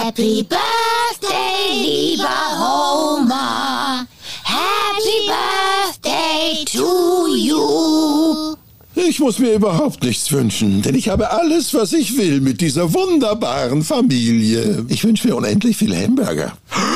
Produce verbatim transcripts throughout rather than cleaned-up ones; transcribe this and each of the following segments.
Happy Birthday, lieber Homer. Happy Birthday to you. Ich muss mir überhaupt nichts wünschen, denn ich habe alles, was ich will mit dieser wunderbaren Familie. Ich wünsche mir unendlich viel Hamburger.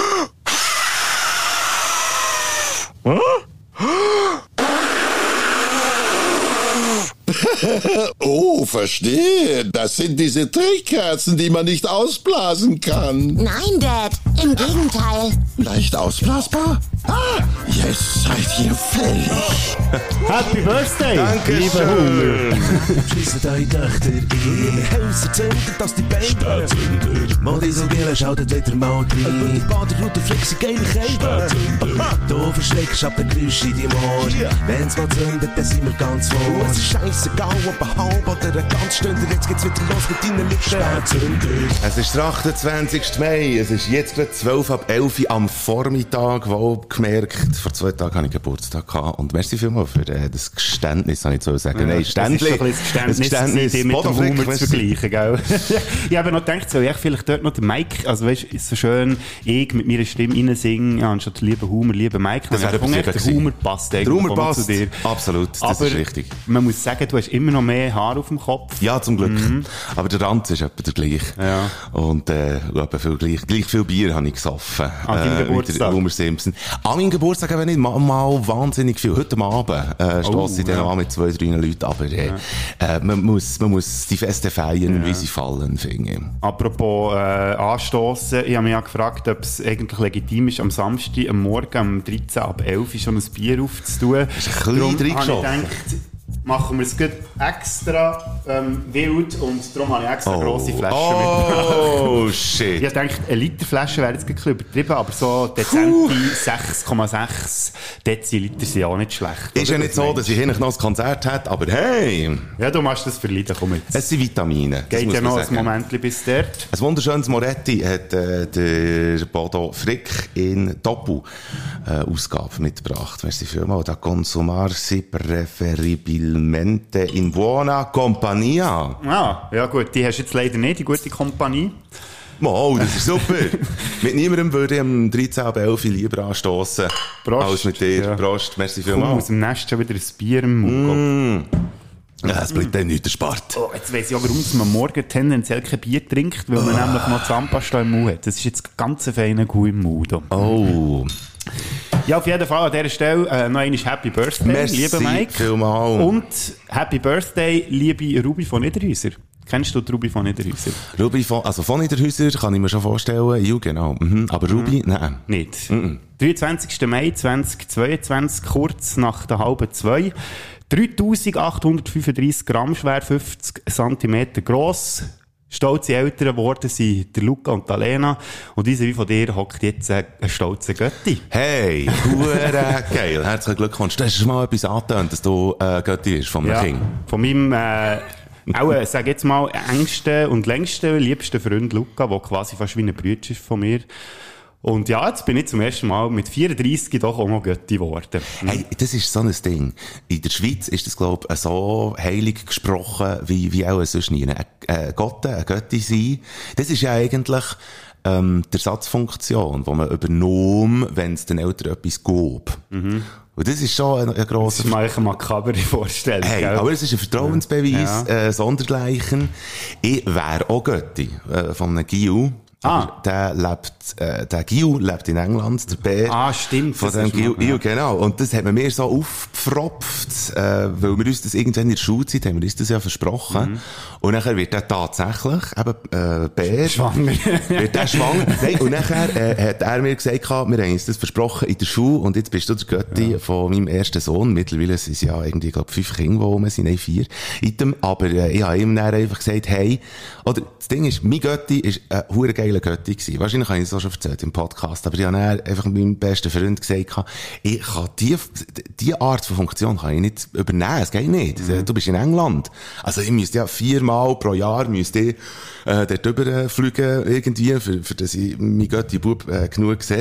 Oh, verstehe. Das sind diese Trichkerzen, die man nicht ausblasen kann. Nein, Dad, im Gegenteil. Leicht ausblasbar? Ah, jetzt seid ihr fällig. Happy Birthday, Danke lieber Homer. Schliessen eure Töchter in ihre Häuser, zündet, dass die Beine Modisogele schaltet wieder mal rein. Die Baderroute flexi geile Kälte. Du verschreckst ab der Geräusche in deinem Ohr. Wenn's mal zündet, dann sind wir ganz vor. Es ist scheissegal, ob ein halb oder ein ganz Stunde. Jetzt geht's wieder los mit deinen Lippen. Es ist der achtundzwanzigsten Mai. Es ist jetzt gerade zwölf ab elf Uhr am Vormittag. Wohl gemerkt, vor zwei Tagen hatte ich Geburtstag gehabt. Und merci vielmals für äh, das Geständnis, kann ich so sagen. Ja, Nein, Ständli. Das ist so ein bisschen das Geständnis, die mit dem Humor zu vergleichen, gell? Ich habe noch gedacht, soll ich vielleicht dort noch den Mike, also weißt, ist so schön, ich mit meiner Stimme reinsingen, ja, anstatt lieber Humor, lieber Mike. Das wäre der Humor passt eigentlich. Der Humor passt, zu dir. Absolut, das Aber ist richtig. Man muss sagen, du hast immer noch mehr Haar auf dem Kopf. Ja, zum Glück. Mhm. Aber der Ranz ist etwa der gleiche. Ja. Und, äh, etwa viel gleich, gleich viel Bier habe ich gesoffen. An deinem äh, Geburtstag? Homer Simpson. An meinem Geburtstag eben nicht, mal, mal wahnsinnig viel. Heute Abend, äh, Oh, stosse ich dann ja. an mit zwei, drei Leuten. Aber, äh, Ja. äh, man muss, man muss die Feste feiern, Ja. wie sie fallen, finde ich. Apropos äh, Anstossen, ich habe mich ja gefragt, ob es eigentlich legitim ist, am Samstag, am Morgen, am dreizehn ab elf Uhr schon ein Bier aufzutun. Ist ein bisschen Darum habe ich reingeschossen. gedacht, machen wir es gut extra ähm, wild und darum habe ich extra Oh. grosse Flaschen Oh, mit. shit. Ich dachte, eine Literflasche wäre jetzt ein bisschen übertrieben, aber so dezente sechs Komma sechs Deziliter sind auch nicht schlecht. Ist ja oder? nicht so, dass ich hinten noch ein Konzert hätte, aber hey, Ja, du machst das verleiden, komm jetzt. es sind Vitamine. das Geht muss ja man noch ein sagen. Moment bis dort. Ein wunderschönes Moretti hat äh, der Bodo Frick in Doppel-Ausgabe äh, mitgebracht. Merci vielmals. Da consumarsi preferibilmente in buona compagnia. Ah, ja gut, die hast du jetzt leider nicht, die gute Kompanie. Wow, das ist super. Mit niemandem würde ich am dreizehn ab elf Uhr lieber anstossen. Prost. Als mit dir. Ja. Prost, merci Komm, aus vielmals. dem Nest schon wieder ein Bier im Mund. Mm. Ja, es bleibt dann nicht erspart. Oh, jetzt weiss ich auch, warum man am Morgen tendenziell kein Bier trinkt, weil man nämlich noch Zahnpasta im Mund hat. Das ist jetzt ganz ein feiner Kuh im Mund. Oh. Ja, auf jeden Fall an dieser Stelle äh, noch einmal Happy Birthday, Merci lieber Mike. vielmals. Und Happy Birthday, liebe Ruby von Niederhäuser. Kennst du die Ruby von Niederhäuser? Ruby von, also von Niederhäuser kann ich mir schon vorstellen. Ja, genau. Mhm. Aber Ruby, nein. Nicht. Mhm. dreiundzwanzigsten Mai zweitausendzweiundzwanzig, kurz nach der halben zwei. dreitausendachthundertfünfunddreissig Gramm schwer, fünfzig Zentimeter gross. Stolze Eltern geworden sind der Luca und die Alena. Und diese wie von dir hockt jetzt ein stolzer Götti. Hey, hure geil. Herzlichen Glückwunsch. Du hast schon mal etwas angetönt, dass du äh, Götti bist von einem Ja, Kind. von meinem, äh, auch, äh, sag jetzt mal, engsten und längsten, liebsten Freund Luca, der quasi fast wie ein Bruder ist von mir. Und ja, jetzt bin ich zum ersten Mal mit vierunddreissig doch auch noch Götti geworden. Hey, das ist so ein Ding. In der Schweiz ist das, glaub ich, so heilig gesprochen, wie, wie auch sonst nie. Ein, ein Gott, ein Götti sein, das ist ja eigentlich, ähm, die Ersatzfunktion, die man übernommen, wenn es den Eltern etwas gab. Mhm. Und das ist schon ein, ein Das grosser... ist mal eine makabere Vorstellung. Hey, gell? aber es ist ein Vertrauensbeweis, Ja. äh, sondergleichen. Ich wäre auch Götti, äh, von einem Gil. Ah. Aber der lebt, äh, der Gil lebt in England, der Bär. Ah, stimmt. Von das dem ist Gil, noch- ja. ja, genau. Und das hat man mir so aufgepfropft, äh, weil wir uns das irgendwann in der Schulzeit haben wir uns das ja versprochen. Mhm. Und nachher wird der tatsächlich, eben, äh, Bär. Schwanger. Wird der schwanger? Nein, und nachher, äh, hat er mir gesagt, wir haben uns das versprochen in der Schule, und jetzt bist du der Götti ja. von meinem ersten Sohn. Mittlerweile sind es ja irgendwie, glaub, fünf Kinder, die rum sind, nein, vier. Item. Aber, äh, ich habe ihm dann einfach gesagt, hey, oder, das Ding ist, mein Götti ist ein hure geiler Götti gewesen. Wahrscheinlich habe ich es auch schon erzählt im Podcast, aber ich habe dann einfach meinem besten Freund gesagt, ich kann die, die Art von Funktion kann ich nicht übernehmen, es geht nicht. Mhm. Du bist in England. Also ich müsste ja viermal pro Jahr müsste ich, äh, dort rüber fliegen irgendwie, für, für dass ich mein Götti-Bub äh, genug sehe.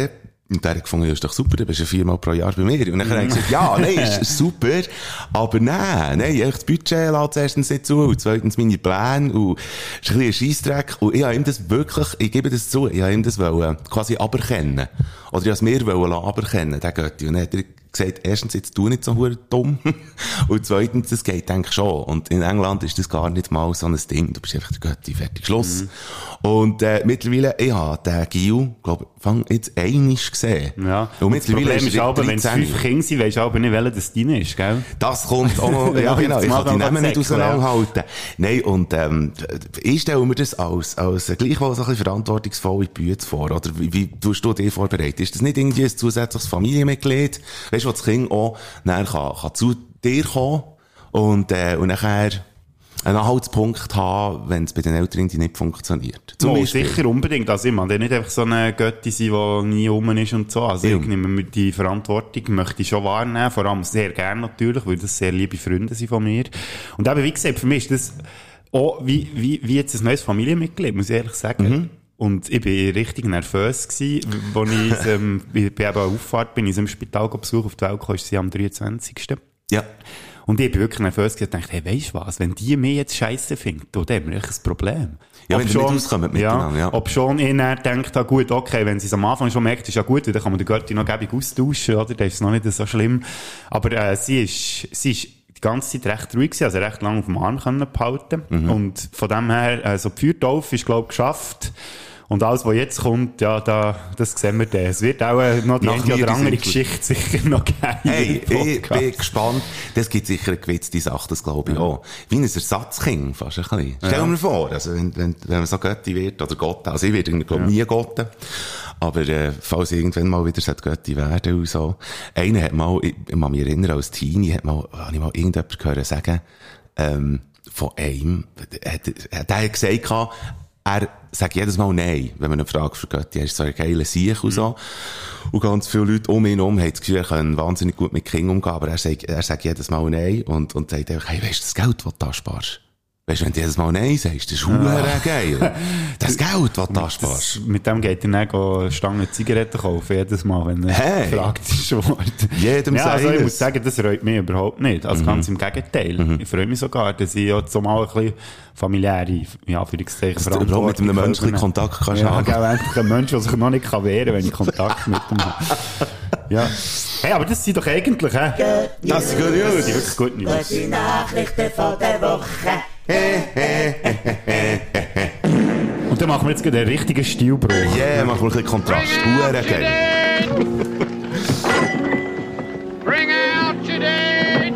Und der hat gefunden, ja, ist doch super, du bist ja viermal pro Jahr bei mir. Und dann habe ich gesagt, ja, nein, ist super, aber nein, nein, das Budget lässt erstens nicht zu, und zweitens meine Pläne, und es ist ein bisschen ein Scheissdreck. Und ich habe ihm das wirklich, ich gebe das zu, ich habe ihm das wollen, quasi aberkennen. Oder ich habe es mir wollen aberkennen, der Götti. Und dann hat er gesagt, erstens, jetzt tu nicht so verdammt dumm. Und zweitens, das geht, denke ich schon. Und in England ist das gar nicht mal so ein Ding. Du bist einfach der Götti, fertig, Schluss. Mhm. Und, äh, mittlerweile, ich habe den Gil, glaube ich, fang jetzt einisch gesehen. Ja. Und das Problem ist, ist aber, wenn es fünf Kinder sind, weisst du aber nicht, welcher das dein ist, gell? Das kommt auch noch, ja, genau. Ich kann die Namen nicht auseinanderhalten. Nein, und, ähm, ich stelle mir das als, als gleichwohl so ein bisschen verantwortungsvolle Bühne vor. Oder wie, wie tust du dich vorbereitet? Ist das nicht irgendwie ein zusätzliches Familienmitglied? Weißt du, wo das Kind auch nachher kann, kann zu dir kommen und, äh, und nachher einen Anhaltspunkt haben, wenn es bei den Eltern nicht funktioniert. Zum oh, sicher unbedingt. Also ich meine, der nicht einfach so eine Götti sein, die nie rum ist und so. Also ja. Ich nehme die Verantwortung, möchte ich schon wahrnehmen, vor allem sehr gerne natürlich, weil das sehr liebe Freunde sind von mir. Und eben, wie gesagt, für mich ist das auch wie, wie, wie jetzt ein neues Familienmitglied, muss ich ehrlich sagen. Mhm. Und ich bin richtig nervös gewesen, als ich, ähm, ich bin eben an Auffahrt, bin ich im Spital besucht, auf die Welt kam, ist sie am dreiundzwanzigsten Ja. Und ich bin wirklich nervös gewesen und dachte, hey, weisst du was, wenn die mich jetzt scheisse finden, dann haben wir echt ein Problem. Ja, ob wenn schon, die nicht auskommen miteinander, ja. Ob schon ich dann denkt, ah, gut, okay, wenn sie es am Anfang schon merkt, ist ja gut, dann kann man den Götti noch gäbig austauschen, oder? Dann ist es noch nicht so schlimm. Aber, äh, sie ist, sie ist die ganze Zeit recht ruhig gewesen, also recht lange auf dem Arm können behalten. Mhm. Und von dem her, also die Feuertaufe ist, glaube ich, geschafft. Und alles, was jetzt kommt, ja, da, das sehen wir dann. Es wird auch noch die eine oder andere Geschichte sicher noch geben. Hey, ich bin gespannt. Das gibt sicher eine gewitzte Sache, das glaube ich ja. auch. Wie ein Ersatzkind, fast ein bisschen. Stell ja. mir vor, also wenn, wenn, wenn man so Götti wird, oder Gott, also ich werde, glaube ich, ja. nie Gott. Aber, äh, falls irgendwann mal wieder so Götti werden und so. Einer hat mal, ich, ich kann mich erinnern, als Teenie, hat mal, habe ich mal irgendjemand gehört sagen, ähm, von einem, hat, hat er gesagt, er sagt jedes Mal Nein, wenn man eine Frage für Götti, er ist so ein geiler Sieg und so. Und ganz viele Leute um ihn herum haben das Gefühl, er kann wahnsinnig gut mit Kindern umgehen, aber er sagt, er sagt jedes Mal Nein und, und sagt einfach, hey, weißt du, das Geld, das du da sparst? Weißt du, wenn du jedes Mal Nein sagst, das ist verdammt ja. geil. Das Geld, das du da sparst. Das, mit dem geht er dann Stangen Zigaretten kaufen, jedes Mal, wenn er hey. gefragt ist. Jedem ja, also ich muss sagen, das reut mich überhaupt nicht. Also mhm. ganz im Gegenteil. Mhm. Ich freue mich sogar, dass ich jetzt so mal ein bisschen familiäre, ja, für die Verantwortung. Dass du mit einem menschlichen Kontakt kannst ja, haben. Ja, endlich ein Mensch, der sich noch nicht wehren kann, wenn ich Kontakt mit ihm habe. Ja. Hey, aber das sind doch eigentlich, hä? Hey? Das sind gute News. Das sind wirklich gute News. Gute Nachrichten von der Woche. Und dann machen wir jetzt gerade einen richtigen Stilbruch. Ja, yeah, machen wir ein bisschen Kontrast. Huere geil. Bring out your date!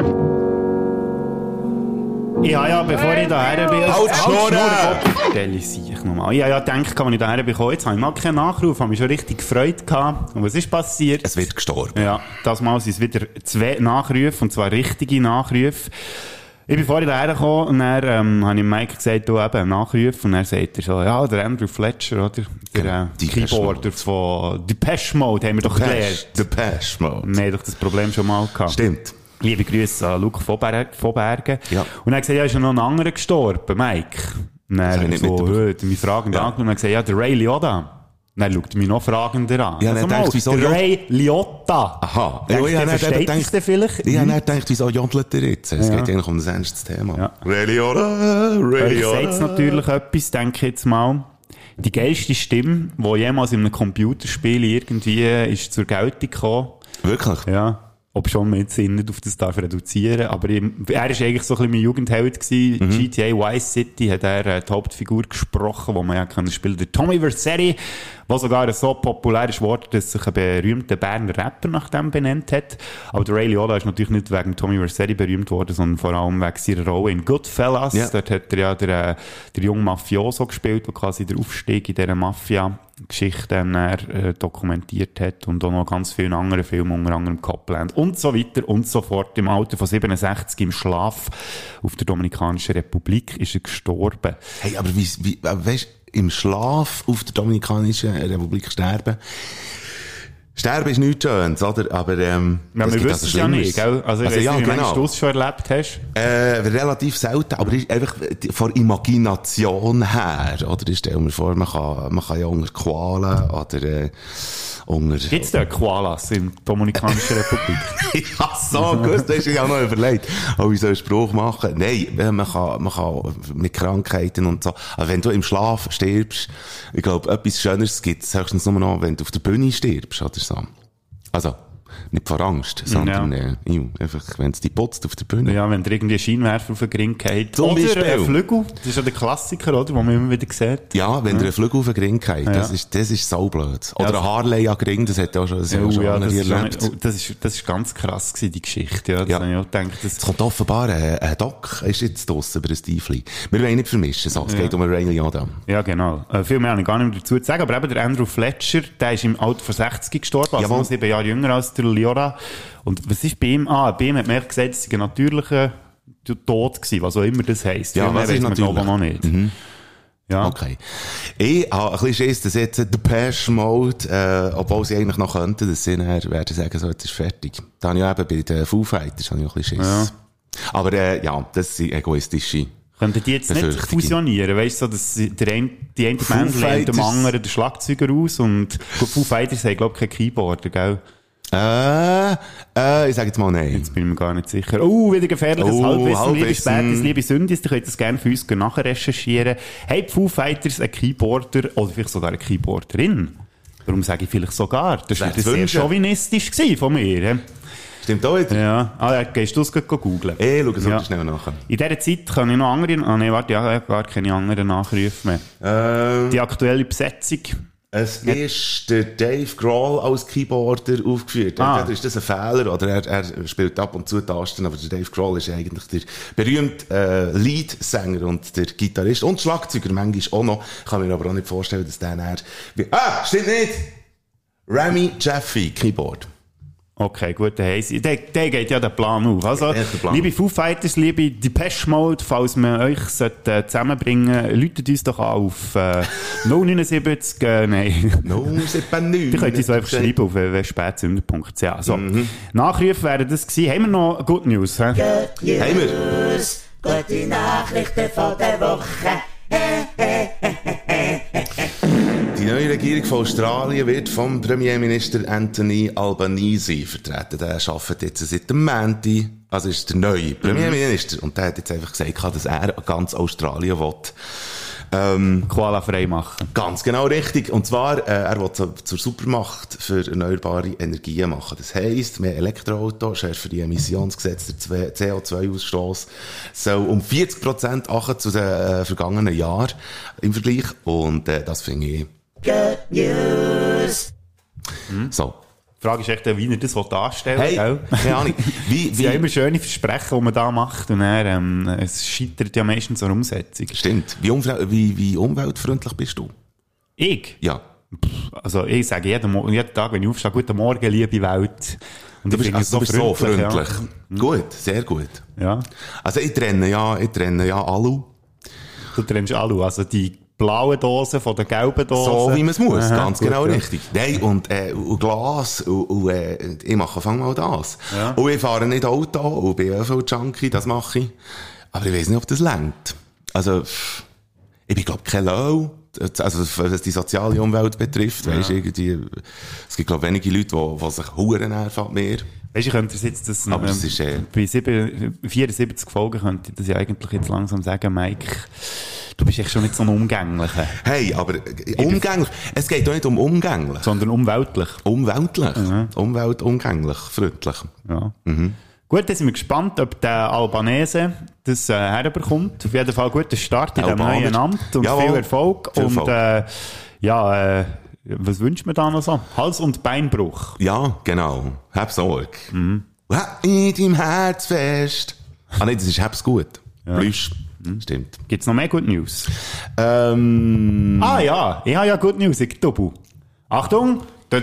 Ja, ja, bevor ich daher bin... Halt schon! Stelle ich nochmal. Ja, ja, denke, als ich daher bin, jetzt habe ich mal keinen Nachruf, habe mich schon richtig gefreut gehabt. Und was ist passiert? Es wird gestorben. Ja, das Mal sind es wieder zwei Nachrufe, und zwar richtige Nachrufe. Ich bin vorhin daher gekommen und dann ähm, habe ich Mike gesagt, du eben, Nachruf. Und er sagt er so, ja, der Andrew Fletcher, oder? Der äh, Keyboarder von Depeche Mode, haben wir doch gelernt. Depeche Mode. Wir haben doch das Problem schon mal gehabt. Stimmt. Liebe Grüße an Luke von Bergen. Ja. Und er hat gesagt, ja, ist ja noch ein anderer gestorben, Mike. Und dann so, heute, mich fragend ja. angenommen und er hat gesagt, ja, der Ray Liotta. Dann schaut mich noch fragender an. Ja, also dann denkst, wieso der Ray Liotta. Aha. Denkst, ja, der versteht es denn vielleicht? Ich habe nicht gedacht, wieso jodelt er jetzt? Es ja. geht eigentlich um das ernstes Thema. Ja. Ray Liotta, Ray Liotta. Ich sage natürlich etwas, denke ich jetzt mal. Die geilste Stimme, die jemals in einem Computerspiel irgendwie ist zur Geltung gekommen. Wirklich? Ja. Ob schon man jetzt nicht auf das darf reduzieren, aber er war eigentlich so ein bisschen mein Jugendheld gewesen. Mhm. G T A Vice City hat er äh, die Hauptfigur gesprochen, wo man ja können spielen, der Tommy Vercetti, der sogar so populär ist geworden, dass sich ein berühmter Berner Rapper nach dem benannt hat. Aber der Ray Liotta ist natürlich nicht wegen Tommy Vercetti berühmt worden, sondern vor allem wegen seiner Rolle in Goodfellas. Ja. Dort hat er ja der, der junge Mafioso gespielt, der quasi der Aufstieg in dieser Mafia Geschichte äh, dokumentiert hat und auch noch ganz viele andere Filme, unter anderem Copland und so weiter und so fort. Im Alter von siebenundsechzig im Schlaf auf der Dominikanischen Republik ist er gestorben. Hey, aber wie, wie weißt, im Schlaf auf der Dominikanischen Republik sterben? Sterben ist nichts Schönes, oder? Aber, ähm, ja, wir wissen es also ja nicht, gell? Also, ich also, weiss ja, nicht, wie genau. du es schon erlebt hast. Äh, relativ selten, aber ist einfach von Imagination her, oder? Ich stelle mir vor, man kann, man kann ja unter Qualen, oder, äh, unter... Gibt's da Koalas in der Dominikanischen Republik? Ja, so, gut, du hast dich auch noch überlegt, ob ich so einen Spruch machen. Nein, man kann, man kann mit Krankheiten und so. Aber wenn du im Schlaf stirbst, ich glaube, etwas Schöneres gibt es höchstens nur noch, wenn du auf der Bühne stirbst oder so. Also, nicht vor Angst, sondern ja. äh, ju, einfach, wenn es dich putzt auf der Bühne. Ja, wenn dir irgendwie ein Scheinwerfer auf den Ring geht. Zum Oder Beispiel. ein Flügel. Das ist ja der Klassiker, oder? Den man immer wieder sieht. Ja, wenn ja. dir ein Flügel auf den Ring geht, das ja. ist, das ist saublöd. Oder ja, ein Harley an den Ring, das hat ja auch schon, das ja, ja, schon ja, einer das, ist erlebt. schon, das, ist, das ist ganz krass gewesen, die Geschichte. Ja, das ja. habe ich auch gedacht, das Es kommt offenbar ein, ein Doc, ist jetzt draussen über ein Stiefli. Wir wollen nicht vermischen, so. Es Ja. geht um einen Ray Liotta. Ja, genau. Äh, viel mehr habe ich gar nicht mehr dazu zu sagen. Aber eben der Andrew Fletcher, der ist im Alter von sechzig gestorben, also Jawohl. noch sieben Jahre jünger als der Liotta. Und was ist bei ihm? Ah, bei ihm hat man gesagt, es sei ein natürlicher Tod gewesen, was auch immer das heisst. Ja, Viel mehr was ist weiss man, natürlich? glaube ich, noch nicht. Mhm. Ja. Okay. Ich habe ein bisschen Schiss, dass jetzt Depeche Mode, äh, obwohl sie eigentlich noch könnten, dass sie nachher werden sagen, so, jetzt ist fertig. Da habe ich eben bei den Foo Fighters habe ich auch ein bisschen Schiss. Ja. Aber, äh, ja, das sind egoistische. Könnten die jetzt nicht Befürchtungen. fusionieren? Weißt du, so, dass der ein, die eine Foo Band lehnt dem Fighters. anderen den Schlagzeuger aus und gut, Foo Fighters haben, glaube ich, kein Keyboarder, gell? Äh, äh, ich sage jetzt mal nein. Jetzt bin ich mir gar nicht sicher. Oh, wieder gefährliches Oh, Halbwissen, liebe Halbwissen. Spätis, liebe Sündis, ihr könnt das gerne für uns nachher recherchieren. Haben die Foo Fighters einen Keyboarder oder vielleicht sogar eine Keyboarderin? Warum sage ich vielleicht sogar? Das war Wär's sehr wünschen. chauvinistisch gewesen von mir. he? Stimmt auch wieder? Ja, ah, ja, gehst du es gleich googeln? Eh, schau es Ja. ja. schnell nach. In dieser Zeit kann ich noch andere, ah nee, warte, ja, gar keine anderen Nachrufe mehr. Ähm, Die aktuelle Besetzung. Es ist der Dave Grohl als Keyboarder aufgeführt. Ah. Entweder ist das ein Fehler oder er, er spielt ab und zu Tasten, aber der Dave Grohl ist eigentlich der berühmte äh, Leadsänger und der Gitarrist und Schlagzeuger manchmal auch noch. Ich kann mir aber auch nicht vorstellen, dass der nachher... Ah, stimmt nicht! Rami Jaffe, Keyboard. Okay, gut, dann haben sie, der, der geht ja den Plan auf. Also, Der hat den Plan. liebe Foo Fighters, liebe Depeche Mode, falls man euch sollte, äh, zusammenbringen, läutet uns doch an auf äh, null neun sieben äh, nein. No, c'est pas nul. Die könnt ihr so einfach schreiben auf w w w punkt spätsünder punkt c h. So, Mhm. Nachrufe wären das gewesen. Haben wir noch Good News? He? Good Haben wir? News, gute Nachrichten von der Woche. Die neue Regierung von Australien wird vom Premierminister Anthony Albanese vertreten. Der arbeitet jetzt seit dem Montag, also ist der neue Premierminister. Und der hat jetzt einfach gesagt, dass er ganz Australien will. Ähm, Koala frei machen. Ganz genau richtig. Und zwar, äh, er will zu, zur Supermacht für erneuerbare Energien machen. Das heisst, mehr Elektroauto, schärfere Emissionsgesetze, der C O zwei Ausstoß soll um vierzig Prozent achten zu den äh, vergangenen Jahren im Vergleich. Und äh, das finde ich... Good News. So. Die Frage ist echt, wie ihr das darstellen Hey, will. keine Ahnung. Wie, Es sind ja wie, immer schöne Versprechen, die man da macht, und dann, ähm, es scheitert ja meistens an der Umsetzung. stimmt. Wie, umfra- wie, wie umweltfreundlich bist du? Ich? Ja. Also, ich sage jeden, Mo- jeden Tag, wenn ich aufstehe, guten Morgen, liebe Welt. Und Du ich bist, finde es also, du bist so freundlich, freundlich. Gut, sehr gut. Ja. ja. Also ich trenne ja, ich trenne ja Alu. Du trennst alle, also die blauen Dosen von den gelben Dosen. So wie man es muss, Aha, ganz gut, genau ja. richtig. Nein, und, äh, und Glas, und, und äh, ich mache fang mal das. Ja. Und ich fahre nicht Auto, und bin Ö V-Junkie, das mache ich. Aber ich weiss nicht, ob das reicht. Also, pff, ich bin, glaub kein Low. Also, was die soziale Umwelt betrifft, ja. Weisst du, irgendwie, es gibt, glaub wenige Leute, die, die sich Huren nerven an mir. Weisst du, ich könnte jetzt das, Aber ähm, es ist, äh, bei sieben, vierundsiebzig Folgen könnte ich das ja eigentlich jetzt langsam sagen, Mike, du bist echt schon nicht so ein Umgänglicher, Hey, aber äh, umgänglich. Es geht doch nicht um umgänglich. sondern umweltlich. Umweltlich. Mhm. Umweltumgänglich. Freundlich. Ja. Gut, dann sind wir gespannt, ob der Albanese das äh, herbekommt. Auf jeden Fall guter Start in diesem Albaner. neuen Amt und Jawohl. viel Erfolg. Viel und Erfolg. Äh, ja, äh, was wünscht man da noch so? Hals- und Beinbruch. Ja, genau. Hab Sorge. Mhm. In deinem Herz fest. Ah nein, das ist hab's gut. Ja. Plüsch. Stimmt. Gibt's noch mehr Good News? Ähm, Ah ja, ich habe ja Good News, ich Double. Achtung!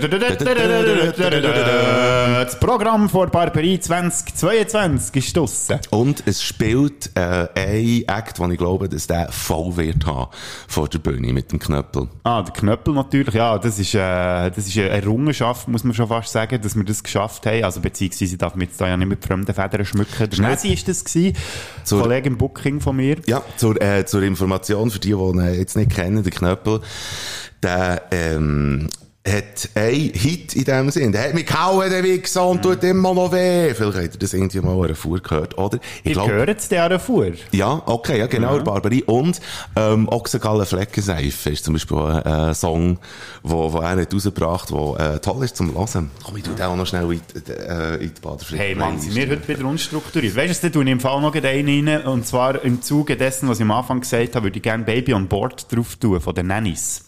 Das Programm vor Barberie zwanzig zweiundzwanzig ist draussen. und es spielt äh, ein Act, den ich glaube, dass der voll wird haben vor der Bühne mit dem Knöppel. Ah, der Knöppel natürlich, ja, das ist, äh, das ist eine Errungenschaft, muss man schon fast sagen, dass wir das geschafft haben. Also, beziehungsweise darf man jetzt da ja nicht mit fremden Federn schmücken. Der Schnesi ist das gewesen, Zur- Kollege im Booking von mir. Ja, zur, äh, zur Information für die, die ihn jetzt nicht kennen, der Knöppel, der, ähm, hat ein Hit in dem Sinn. Der hat mich gehauen, der Wichser, und tut immer noch weh. Vielleicht habt ihr das irgendwie mal an einer Fuhr gehört, oder? Ich glaub, gehört es dir an der Fuhr? Ja, okay, ja, genau, ja. Barbarie. Und, ähm, Ochsengalle Fleckenseife ist zum Beispiel ein äh, Song, wo, wo er nicht rausgebracht, der äh, toll ist zum Hören. Komm, ich tu den auch noch schnell in, äh, in die Baderfrage. Hey, Mann, sind wir heute wieder unstrukturiert. Weißt du, da tue ich im Fall noch einen rein, und zwar im Zuge dessen, was ich am Anfang gesagt habe, würde ich gerne Baby on Board drauf tun, von den Nannies.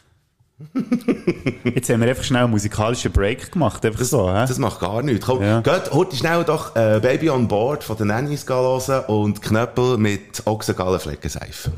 Jetzt haben wir einfach schnell einen musikalischen Break gemacht, einfach das, so, hä? Das macht gar nichts. Komm, ja. geht heute schnell doch äh, Baby on Board von den Nannies hören und Knöppel mit Ochsengalle Fleckenseife.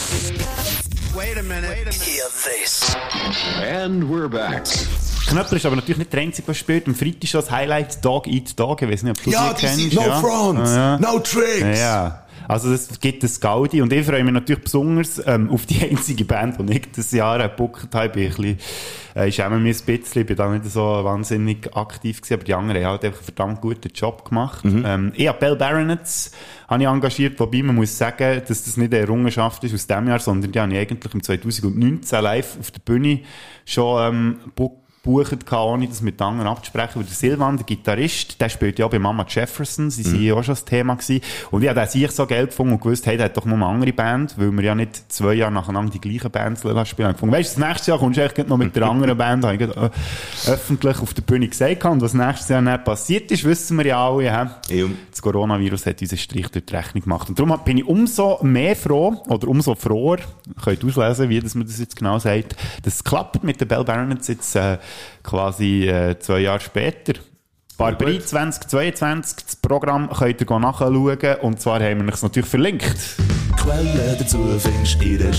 Wait a minute. Hear this. And we're back. Knöppel ist aber natürlich nicht der einzige, was spielt. Am Freitag ist das Highlight Dog Eat Dog. Ich weiß nicht, ob du ja, das die kennst. Sind no ja, Fronts, ja. no Tricks. Ja. Also, das gibt das Gaudi. Und ich freue mich natürlich besonders, ähm, auf die einzige Band, die ich das Jahr gebuckt habe. Ich bin ein bisschen, äh, ich schäme mich ein bisschen. Ich bin da nicht so wahnsinnig aktiv gewesen, aber die anderen haben halt einfach einen verdammt guten Job gemacht. Mhm. Ähm, ich habe Bell Baronets habe ich engagiert, wobei man muss sagen, dass das nicht eine Errungenschaft ist aus diesem Jahr, sondern die habe ich eigentlich im zwanzig neunzehn live auf der Bühne schon, ähm, bucht, ohne das mit anderen abzusprechen. Weil der Silvan, der Gitarrist, der spielt ja auch bei Mama Jefferson. Sie waren mm. ja auch schon das Thema gewesen. Und ich habe den sich so geil gefunden und gewusst, hey, der hat doch nur eine andere Band, weil wir ja nicht zwei Jahre nacheinander die gleichen Bands spielen. Ich habe gefunden, weißt du, das nächste Jahr kommst du echt noch mit der anderen Band, habe ich äh, öffentlich auf der Bühne gesagt. Und was nächstes Jahr nicht passiert ist, wissen wir ja alle. Ja. Das Coronavirus hat unseren Strich durch die Rechnung gemacht. Und darum bin ich umso mehr froh, oder umso froher, könnt ihr auslesen, wie das man das jetzt genau sagt, dass es klappt mit den Bell Baronets jetzt, äh, quasi äh, zwei Jahre später. Barbarie zwanzig zweiundzwanzig, das Programm könnt ihr nachschauen, und zwar haben wir es natürlich verlinkt. Quellen dazu findest du in den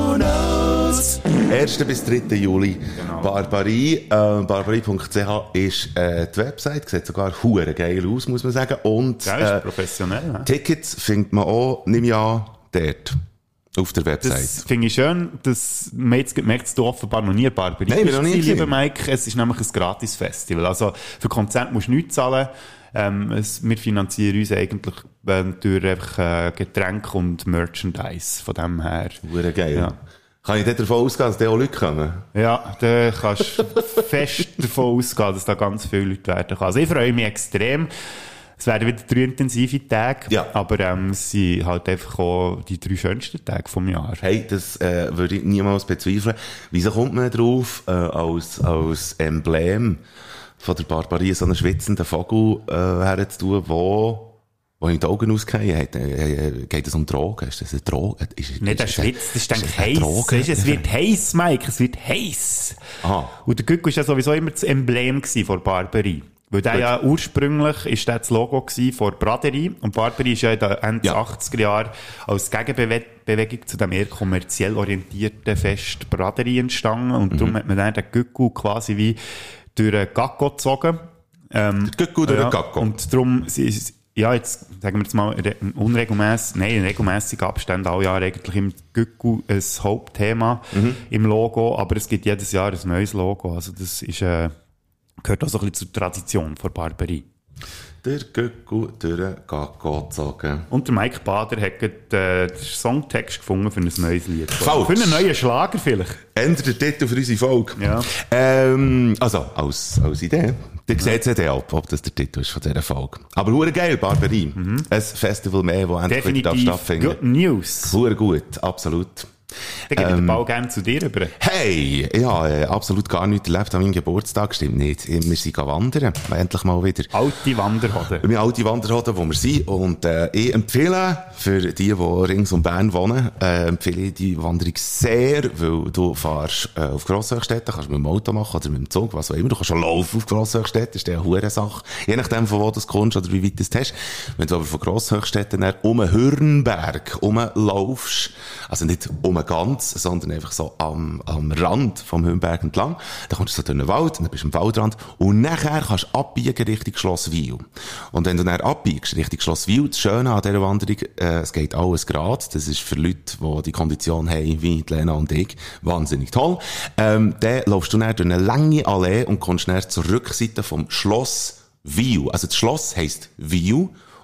Shownotes. ersten bis dritten Juli. Genau. Barbarie, äh, barbarie punkt c h ist äh, die Website, sieht sogar hure geil aus, muss man sagen. Und ja, ist äh, professionell. Ne? Tickets findet man auch, nehme ich an, dort. Auf der Website. Das finde ich schön, dass man jetzt merkt, dass du offenbar noch nie Barbarie Nein, noch nie, lieber Mike. Es ist nämlich ein Gratis-Festival. Also, für Konzerte musst du nichts zahlen. Ähm, es, wir finanzieren uns eigentlich äh, durch einfach, äh, Getränke und Merchandise. Von dem her. Hure geil. Ja. Kann ich dort davon ausgehen, dass da auch Leute kommen? Ja, da kannst du fest davon ausgehen, dass da ganz viele Leute werden können. Also, ich freue mich extrem. Es werden wieder drei intensive Tage, ja. aber ähm, es sind halt einfach auch die drei schönsten Tage vom Jahr. Hey, das äh, würde ich niemals bezweifeln. Wieso kommt man drauf, äh, als, als Emblem von der Barbarie so einen schwitzenden Vogel äh, herzutun, wo, wo in die Augen ausgehen hat? Äh, äh, geht es um Drogen? Ist das eine Droge? Ist, Nicht ein Schwitz, das ist eigentlich heiß. Weißt, es wird heiß, Mike, es wird heiß. Aha. Und der Gückel war ja sowieso immer das Emblem von Barbarie. Weil der ja ursprünglich ist der das Logo gsi von Braderie. Und Barbarie ist ja in den Ende ja. achtziger Jahren als Gegenbewegung zu dem eher kommerziell orientierten Fest Braderie entstanden. Und mhm. darum hat man dann den Gückel quasi wie durch einen Gacko gezogen. Ähm, der Gückel durch ja, einen Gacko. Und darum, ja, jetzt sagen wir jetzt mal, unregelmässig, nein, in regelmäßigen Abständen, alle Jahre eigentlich im Gückel ein Hauptthema mhm. im Logo. Aber es gibt jedes Jahr ein neues Logo. Also das ist, äh, gehört auch so ein bisschen zur Tradition von Barbarie. Der Gückel durch den Gacko gezogen. Und der Mike Bader hat gerade, äh, den Songtext gefunden für ein neues Lied. Falsch. Für einen neuen Schlager vielleicht. Ändert der Titel für unsere Folge. Ja. Ähm, also, als, als Idee. Dann ja. seht ihr ab, ob das der Titel ist von dieser Folge. Aber hure geil, Barbarie. Mhm. Ein Festival mehr, das endlich Definitiv stattfindet. Good News. Hure gut, absolut. Dann gebe ich ähm, den Ball gerne zu dir rüber. Hey, ja, äh, absolut gar nichts erlebt an meinem Geburtstag, stimmt nicht. Wir sind wandern, endlich mal wieder. Alte Wanderhoden. Wir alte Wanderhoden, wo wir sind. Und äh, ich empfehle, für die, die rings um Bern wohnen, äh, empfehle ich die Wanderung sehr, weil du fährst äh, auf Grosshöchstädte, kannst mit dem Auto machen oder mit dem Zug, was auch immer. Du kannst schon laufen auf Grosshöchstädte, das ist eine hure Sache. Je nachdem, von wo du kommst oder wie weit du es hast. Wenn du aber von Grosshöchstädten her um den Hürnberg rumlaufst, also nicht um ganz, sondern einfach so am, am Rand vom Hürnberg entlang. Dann kommst du so durch den Wald, dann bist du am Waldrand und nachher kannst du abbiegen Richtung Schloss Wil. Und wenn du dann abbiegst Richtung Schloss Wil, das Schöne an dieser Wanderung, äh, es geht alles gerade. Das ist für Leute, die die Kondition haben, wie die Lena und ich, wahnsinnig toll. Ähm, dann laufst du dann durch eine lange Allee und kommst dann zur Rückseite vom Schloss Wil. Also das Schloss heisst Wil.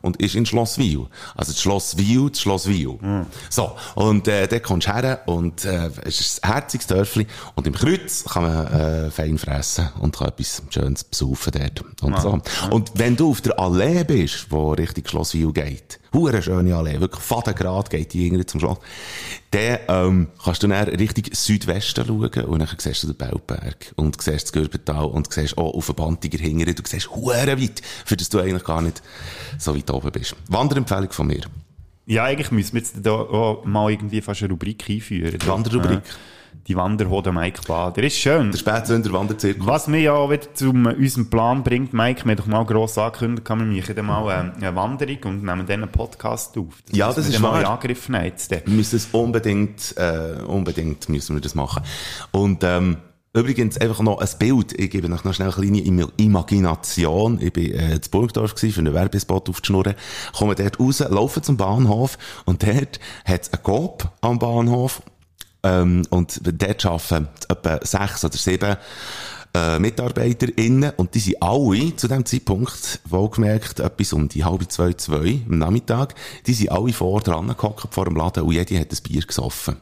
und ist in Schlosswil. Also das Schloss Wil, das Schloss Wil. Mm. So, und äh, dort kommst du her und äh, es ist ein herziges Dörfli und im Kreuz kann man äh, fein fressen und kann etwas Schönes besaufen dort und ah. so. Und wenn du auf der Allee bist, wo Richtung Schloss Wil geht, hure schöne Allee, wirklich fadengrad geht die irgendwie zum Schloss, dann ähm, kannst du dann Richtung Südwesten schauen und dann siehst du den Belberg und siehst das Gürbental und siehst auch auf den Bantiger hingern, du siehst hure weit, für das du eigentlich gar nicht so weit oben bist. Wanderempfehlung von mir. Ja, eigentlich müssen wir jetzt da auch mal irgendwie fast eine Rubrik einführen. Die Wanderrubrik. Äh, die Wanderhode Mike Bader. Ist schön. Der Spätsünder Wanderzirkus. Was mir ja auch wieder zu unserem Plan bringt, Mike, wir haben doch mal gross angekündigt, kann man machen dann mal eine Wanderung und nehmen dann einen Podcast auf. Das ja, das ist mal wahr. in Angriff nehmen jetzt. Wir müssen es unbedingt, äh, unbedingt müssen wir das machen. Und, ähm, übrigens einfach noch ein Bild. Ich gebe noch schnell eine kleine Imagination. Ich bin äh, in Burgdorf gewesen, für einen Werbespot aufzuschnurren. Komme dort raus, laufe zum Bahnhof und dort hat es einen Coop am Bahnhof. Ähm, und dort arbeiten etwa sechs oder sieben äh, MitarbeiterInnen und die sind alle zu dem Zeitpunkt, wohlgemerkt, etwas um die halbe zwei, zwei am Nachmittag, die sind alle vor dran gehockt vor dem Laden und jeder hat ein Bier gesoffen.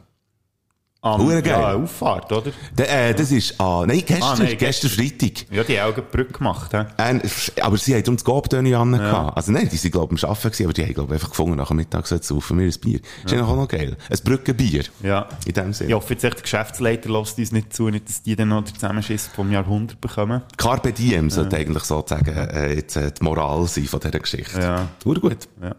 Um, ja, Auffahrt, oder? De, äh, das ist, ah, nein, gestern, ah, nein, gestern Freitag. Ja, die haben auch Brücke gemacht, hä? Ähm, aber sie haben um das Gobtöne an. Ja. Also nein, die sind, glaube ich, am Arbeiten gewesen, aber die haben, glaube ich, einfach gefunden, nach dem Mittag gesagt, saufen wir ein Bier. Das ist ja auch noch geil. Ein Brückenbier. Ja. In dem Sinne. Ich hoffe jetzt echt, der Geschäftsleiter lässt uns nicht zu, nicht, dass die dann noch den Zusammenschiss vom Jahrhundert bekommen. Carpe diem ja. sollte eigentlich sozusagen, äh, jetzt, äh, die Moral sein von dieser Geschichte. Ja. Urgut. Ja.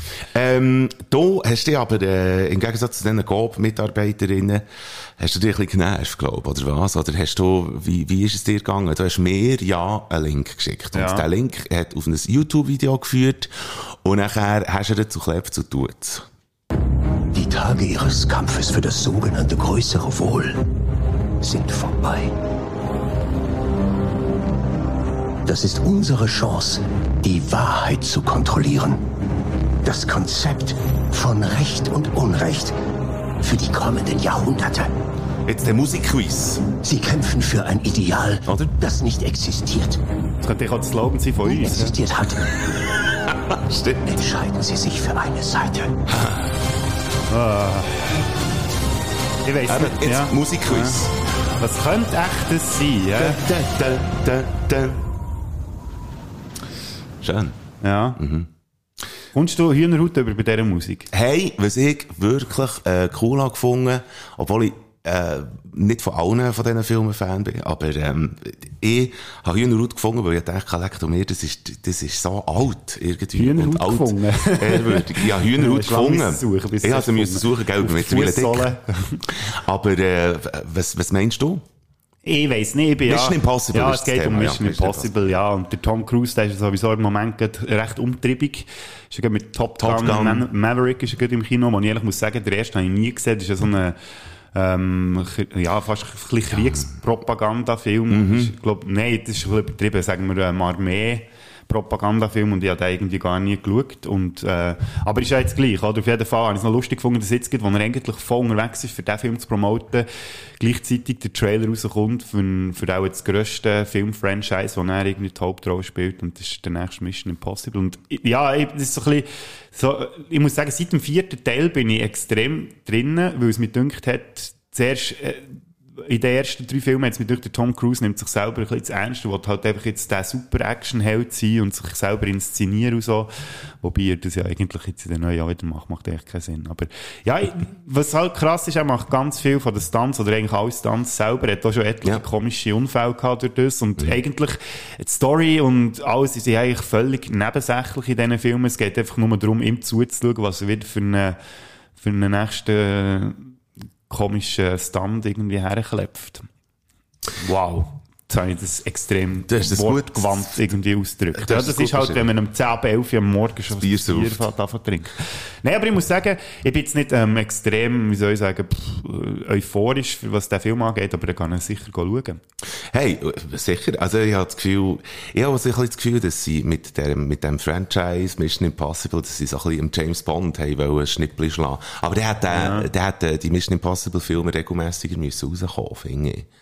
Ähm, du hast dich aber, äh, im Gegensatz zu diesen Coop-Mitarbeiterinnen, hast du dich ein bisschen genervt, glaube ich, oder was? Oder hast du, wie, wie ist es dir gegangen? Du hast mir ja einen Link geschickt. Und ja. der Link hat auf ein YouTube-Video geführt und nachher hast du ihn zu Klepp zu tun. Die Tage ihres Kampfes für das sogenannte größere Wohl sind vorbei. Das ist unsere Chance, die Wahrheit zu kontrollieren. Das Konzept von Recht und Unrecht für die kommenden Jahrhunderte. Jetzt der Musikquiz. Sie kämpfen für ein Ideal, oder? Das nicht existiert. Das könnte auch das Slogan sein von uns. Existiert hat. Stimmt. Entscheiden Sie sich für eine Seite. Ah. Ich weiss Aber nicht. Jetzt ja. Musikquiz. Ja. Was könnte echt das sein? Ja? Da, da, da, da. Schön. Ja. Mhm. Kommst du Hühnerhaut über bei dieser Musik? Hey, was ich wirklich äh, cool habe gefunden, obwohl ich äh, nicht von allen von diesen Filmen Fan bin, aber ähm, ich habe Hühnerhaut gefunden, weil ich dachte, leck mir, das ist, das ist so alt irgendwie. Hühnerhaut alt, gefunden? Ehrwürdig. Ja, Hühnerhaut gefunden. Suchen, ich habe sie müssen suchen, gell, mittlerweile dick. Aber äh, was, was meinst du? Ich weiss nicht, ich bin Mission ja... Impossible ja, ist es geht das um Thema, Mission ja, Impossible, ja. Und der Tom Cruise, der ist sowieso im Moment recht umtriebig. Ist ja mit Top, Top Gun, Gun. Ma- Maverick ist ja gerade im Kino, wo ich ehrlich muss sagen, der erste habe ich nie gesehen. Das ist ja so eine, ähm, ja, fast ein bisschen Kriegspropagandafilm. Mhm. Ich glaub, nein, das ist ein bisschen übertrieben, sagen wir, ähm, Armee. Propagandafilm und ich habe den irgendwie gar nie geschaut. Und, äh, aber ist ja jetzt gleich, oder? Auf jeden Fall habe ich es noch lustig gefunden, dass es jetzt gibt, wo er eigentlich voll unterwegs ist, für diesen Film zu promoten, gleichzeitig der Trailer rauskommt für, für auch das grösste Film-Franchise, wo er irgendwie die Hauptrolle spielt, und das ist der nächste Mission Impossible. Und ja, ich, das ist so ein bisschen, so, ich muss sagen, seit dem vierten Teil bin ich extrem drinnen, weil es mir gedacht hat, zuerst, äh, in den ersten drei Filmen hat es mir durch den Tom Cruise nimmt sich selber ein bisschen zu ernst und will halt einfach jetzt der Super-Action-Held sein und sich selber inszenieren und so. Wobei er das ja eigentlich jetzt in den neuen Jahren wieder macht, macht echt keinen Sinn. Aber ja, was halt krass ist, er macht ganz viel von den Stunts oder eigentlich alle Stunts selber. Er hat auch schon etliche ja. komische Unfälle gehabt durch das und mhm. eigentlich die Story und alles ist eigentlich völlig nebensächlich in diesen Filmen. Es geht einfach nur darum, ihm zuzuschauen, was er wieder für einen, für einen nächsten komischen Stand irgendwie herklepft. Wow. Jetzt habe ich das extrem wortgewandt irgendwie ausgedrückt. Ja, das ist, ist halt, wenn man um zehn, elf am Morgen schon Bier das Bier davon trinkt. Nein, aber ich muss sagen, ich bin jetzt nicht ähm, extrem, wie soll ich sagen, pff, euphorisch, was den Film angeht, aber da kann ich sicher schauen. Hey, sicher. Also ich habe das Gefühl, ich habe sicher das Gefühl, dass sie mit dem, mit dem Franchise Mission Impossible, dass sie so ein bisschen im James Bond haben wollen, ein Schnippli schlagen. Aber der hat, ja. der, der hat die Mission Impossible Filme regelmäßiger müssen rauskommen, finde ich.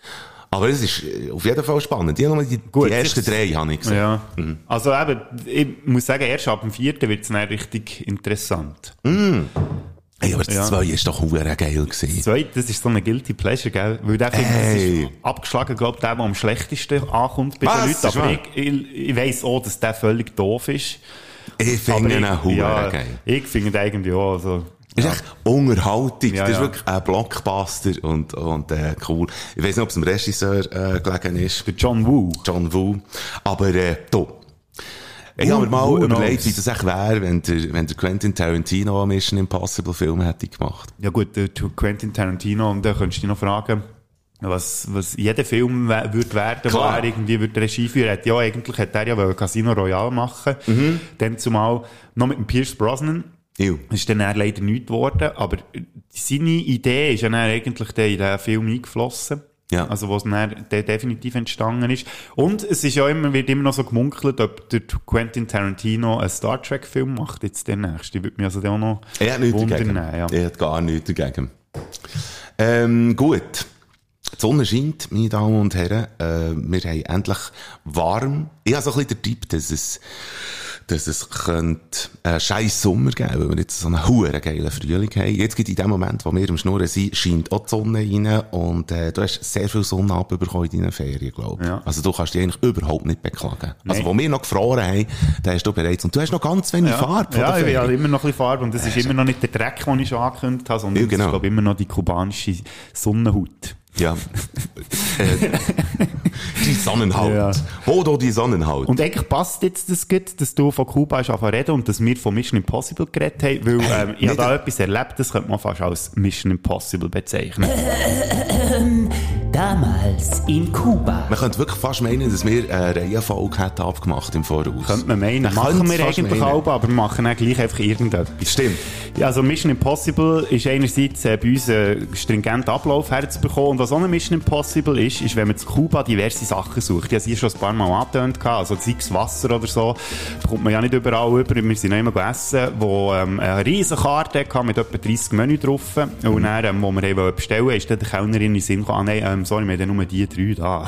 Aber es ist auf jeden Fall spannend. Die, die, Gut, die ersten drei habe ich gesehen. Ja. Mhm. Also eben, ich muss sagen, erst ab dem vierten wird es dann richtig interessant. Mm. Hey, aber das Ja. zwei ist doch verdammt geil gewesen. Das zweite, das ist so eine Guilty Pleasure, gell? Weil der Film, Hey. das ist abgeschlagen, glaube ich, der, der am schlechtesten ankommt bei Was? den Ist Leuten. Aber wahr? ich, ich, ich weiss auch, dass der völlig doof ist. Ich finde ihn Aber auch ich, ja, geil. ich finde ihn eigentlich auch, also, Das ist echt Unterhaltung. Ja, das ist ja. wirklich ein Blockbuster und, und äh, cool. Ich weiss nicht, ob es dem Regisseur äh, gelegen ist. der John Woo. John Woo. Aber äh, da. Ich Who- habe mir mal who überlegt, knows? wie das echt wäre, wenn der, wenn der Quentin Tarantino einen Mission Impossible Film hätte gemacht. Ja gut, der Quentin Tarantino, und da könntest du dich noch fragen, was, was jeder Film we- würde werden, wo Klar. er irgendwie würde Regie führen. Hat ja, eigentlich hätte er ja wollen Casino Royale machen. Mhm. Dann zumal noch mit dem Pierce Brosnan. Ew. Das ist dann eher leider nichts geworden, aber seine Idee ist ja dann eigentlich dann in den Film eingeflossen. Ja. Also, wo es dann de- definitiv entstanden ist. Und es ist ja immer, wird immer noch so gemunkelt, ob der Quentin Tarantino einen Star Trek Film macht jetzt demnächst. Ich würde mich also dann auch noch Er hat nichts wundern. dagegen. Ja. Er hat gar nichts dagegen. Ähm, gut. Die Sonne scheint, meine Damen und Herren. Äh, wir haben endlich warm. Ich habe so ein bisschen den Tipp, dass es, dass es könnte einen scheiß Sommer geben, weil wir jetzt so einen huere geilen Frühling haben. Jetzt gibt in dem Moment, wo wir am Schnurren sind, scheint auch die Sonne rein und äh, du hast sehr viel Sonne abbekommen in deinen Ferien, glaube ich. Ja. Also du kannst dich eigentlich überhaupt nicht beklagen. Also Nein. wo wir noch gefroren haben, da hast du bereits, und du hast noch ganz wenig Farbe von Ja, der ich Ferien. habe immer noch ein bisschen Farbe und das ist immer noch nicht der Dreck, den ich schon angekündigt habe, sondern Ja, genau. das ist, glaube ich, immer noch die kubanische Sonnenhaut. Ja. äh, die Sonnenhaut. Ja. Wo da die Sonnenhaut? Und eigentlich passt jetzt das gut, dass du von Kuba hast angefangen zu reden und dass wir von Mission Impossible geredet haben, weil ähm, ich habe nicht da ein- etwas erlebt, das könnte man fast als Mission Impossible bezeichnen. Damals in Kuba. Man könnte wirklich fast meinen, dass wir eine Reihenfolge hätten abgemacht im Voraus. Könnte man meinen. Man Machen könnte wir es fast eigentlich meinen. auch, aber wir machen auch gleich einfach irgendetwas. Stimmt. Ja, also Mission Impossible ist einerseits äh, bei uns einen stringenten Ablauf herzubekommen. Und was auch eine Mission Impossible ist, ist, wenn man zu Kuba diverse Sachen sucht. Ich habe es hier schon ein paar Mal angetönt, also sei es Wasser oder so, bekommt man ja nicht überall über. Wir sind noch immer gegessen, wo ähm, eine riesen Karte hatte mit etwa dreissig Menü drauf. Und dann, ähm, wo wir haben bestellen wollten, ist dann der Kellnerin in den Sinn gekommen, ah, nein, ähm, sorry, wir haben ja nur die drei da.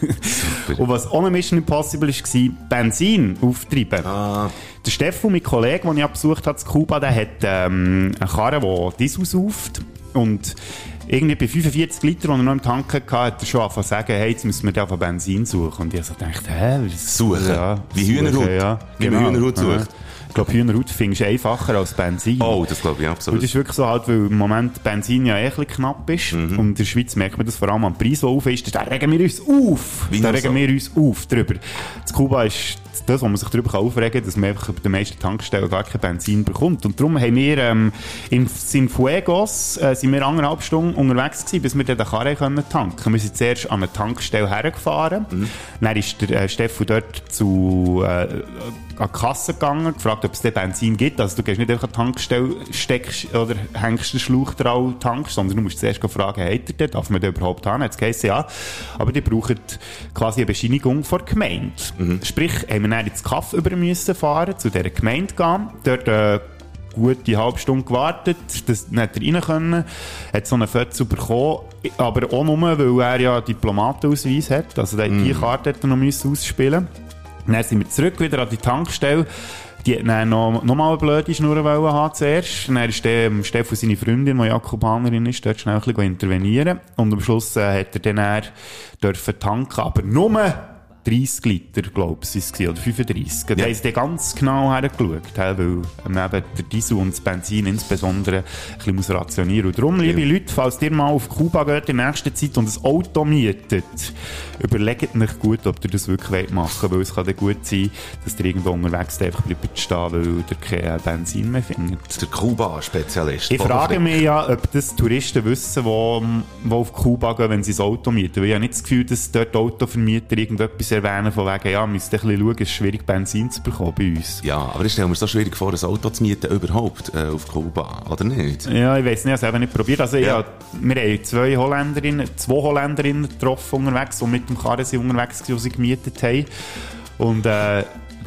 Und was auch eine Mission Impossible war, Benzin auftreiben. Ah. Der Stefan, mein Kollege, den ich besucht habe in Kuba, der hat ähm, eine Karre, die Diesel sauft. Und irgendwie bei fünfundvierzig Liter, die er noch im Tank hatte, hat er schon angefangen zu sagen, hey, jetzt müssen wir da von Benzin suchen. Und ich so dachte, hä? Was- Suchen? Wie Hühnerhaut? Ja, Wie man Hühnerhaut sucht? Ja. Ich glaube, Hühnerhaut findest du einfacher als Benzin. Oh, das glaube ich Und absolut. das ist wirklich so halt, weil im Moment Benzin ja eh ein bisschen knapp ist. Mhm. Und in der Schweiz merkt man das vor allem am Preis, der auf ist. Da regen wir uns auf. Wie Da noch regen so? wir uns auf drüber. In Kuba ist das, wo man sich darüber aufregen kann, dass man einfach bei den meisten Tankstellen gar kein Benzin bekommt. Und darum haben wir ähm, in Cienfuegos äh, sind wir anderthalb Stunden unterwegs gewesen, bis wir dann den Karre können tanken. Wir sind zuerst an eine Tankstelle hergefahren. Mhm. Dann ist der äh, Stefan dort zu äh, an die Kasse gegangen, gefragt, ob es dort Benzin gibt. Also du gehst nicht einfach an die Tankstelle, steckst oder hängst den Schlauch drauf, tankst, sondern du musst zuerst fragen, hat er den? Darf man den überhaupt haben? Jetzt geheißen, ja. Aber die brauchen quasi eine Bescheinigung von der Gemeinde. Mhm. Sprich, haben wir dann ins Kaff über müssen fahren, zu dieser Gemeinde gehen, dort äh, gute halbe Stunde gewartet, dass dann hat er rein können, hat so einen Fötz bekommen, aber auch nur, weil er ja Diplomatenausweis hat, also der Mhm. die Karte hat er noch müssen ausspielen. Dann sind wir zurück wieder an die Tankstelle. Die hat dann noch, noch mal eine blöde Schnur wollen haben zuerst. Dann ist der, ähm, Stefan, seine Freundin, die Jakubanerin ist, dort schnell ein bisschen intervenieren. Und am Schluss äh, hat er dann, dann dürfen tanken, aber nur dreissig Liter, glaube ich, waren es, oder fünfunddreissig. Da Ja. haben sie ganz genau hergeschaut, weil ähm, eben der Diesel und das Benzin insbesondere ein bisschen muss rationieren. Und darum, liebe Leute, falls ihr mal auf Kuba geht in nächster Zeit und ein Auto mietet, überlegt euch gut, ob ihr das wirklich machen wollt, weil es kann dann gut sein, dass ihr irgendwo unterwegs einfach bleibt stehen, weil ihr kein Benzin mehr findet. Der Kuba-Spezialist. Ich frage mich ja, ob das Touristen wissen, die, die auf Kuba gehen, wenn sie das Auto mieten. Weil ich habe nicht das Gefühl, dass dort Autovermieter irgendetwas erwähnen von wegen, ja, müsst ihr ein bisschen schauen, es ist schwierig, Benzin zu bekommen bei uns. Ja, aber ich stelle mir so schwierig vor, ein Auto zu mieten überhaupt äh, auf Kuba, oder nicht? Ja, ich weiss nicht, ich habe es eben nicht probiert. Also, Ja. ja. wir haben zwei Holländerinnen, zwei Holländerinnen getroffen unterwegs, die mit dem Karren sind unterwegs waren, die sie gemietet haben. Und, äh,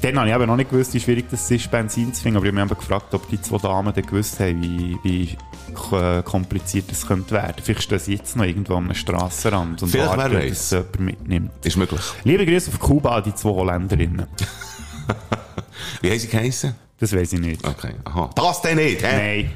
dann habe ich eben noch nicht gewusst, wie schwierig das ist, Benzin zu finden, aber ich habe mich eben gefragt, ob die zwei Damen dann gewusst haben, wie, wie kompliziert das könnte werden. Vielleicht stehen sie jetzt noch irgendwo am Strassenrand und Vielleicht warten, wer dass es jemand mitnimmt. Ist möglich. Liebe Grüße auf Kuba, die zwei Holländerinnen. Wie haben sie geheissen? Das weiss ich nicht. Okay, aha. Das denn nicht, hä? Nein.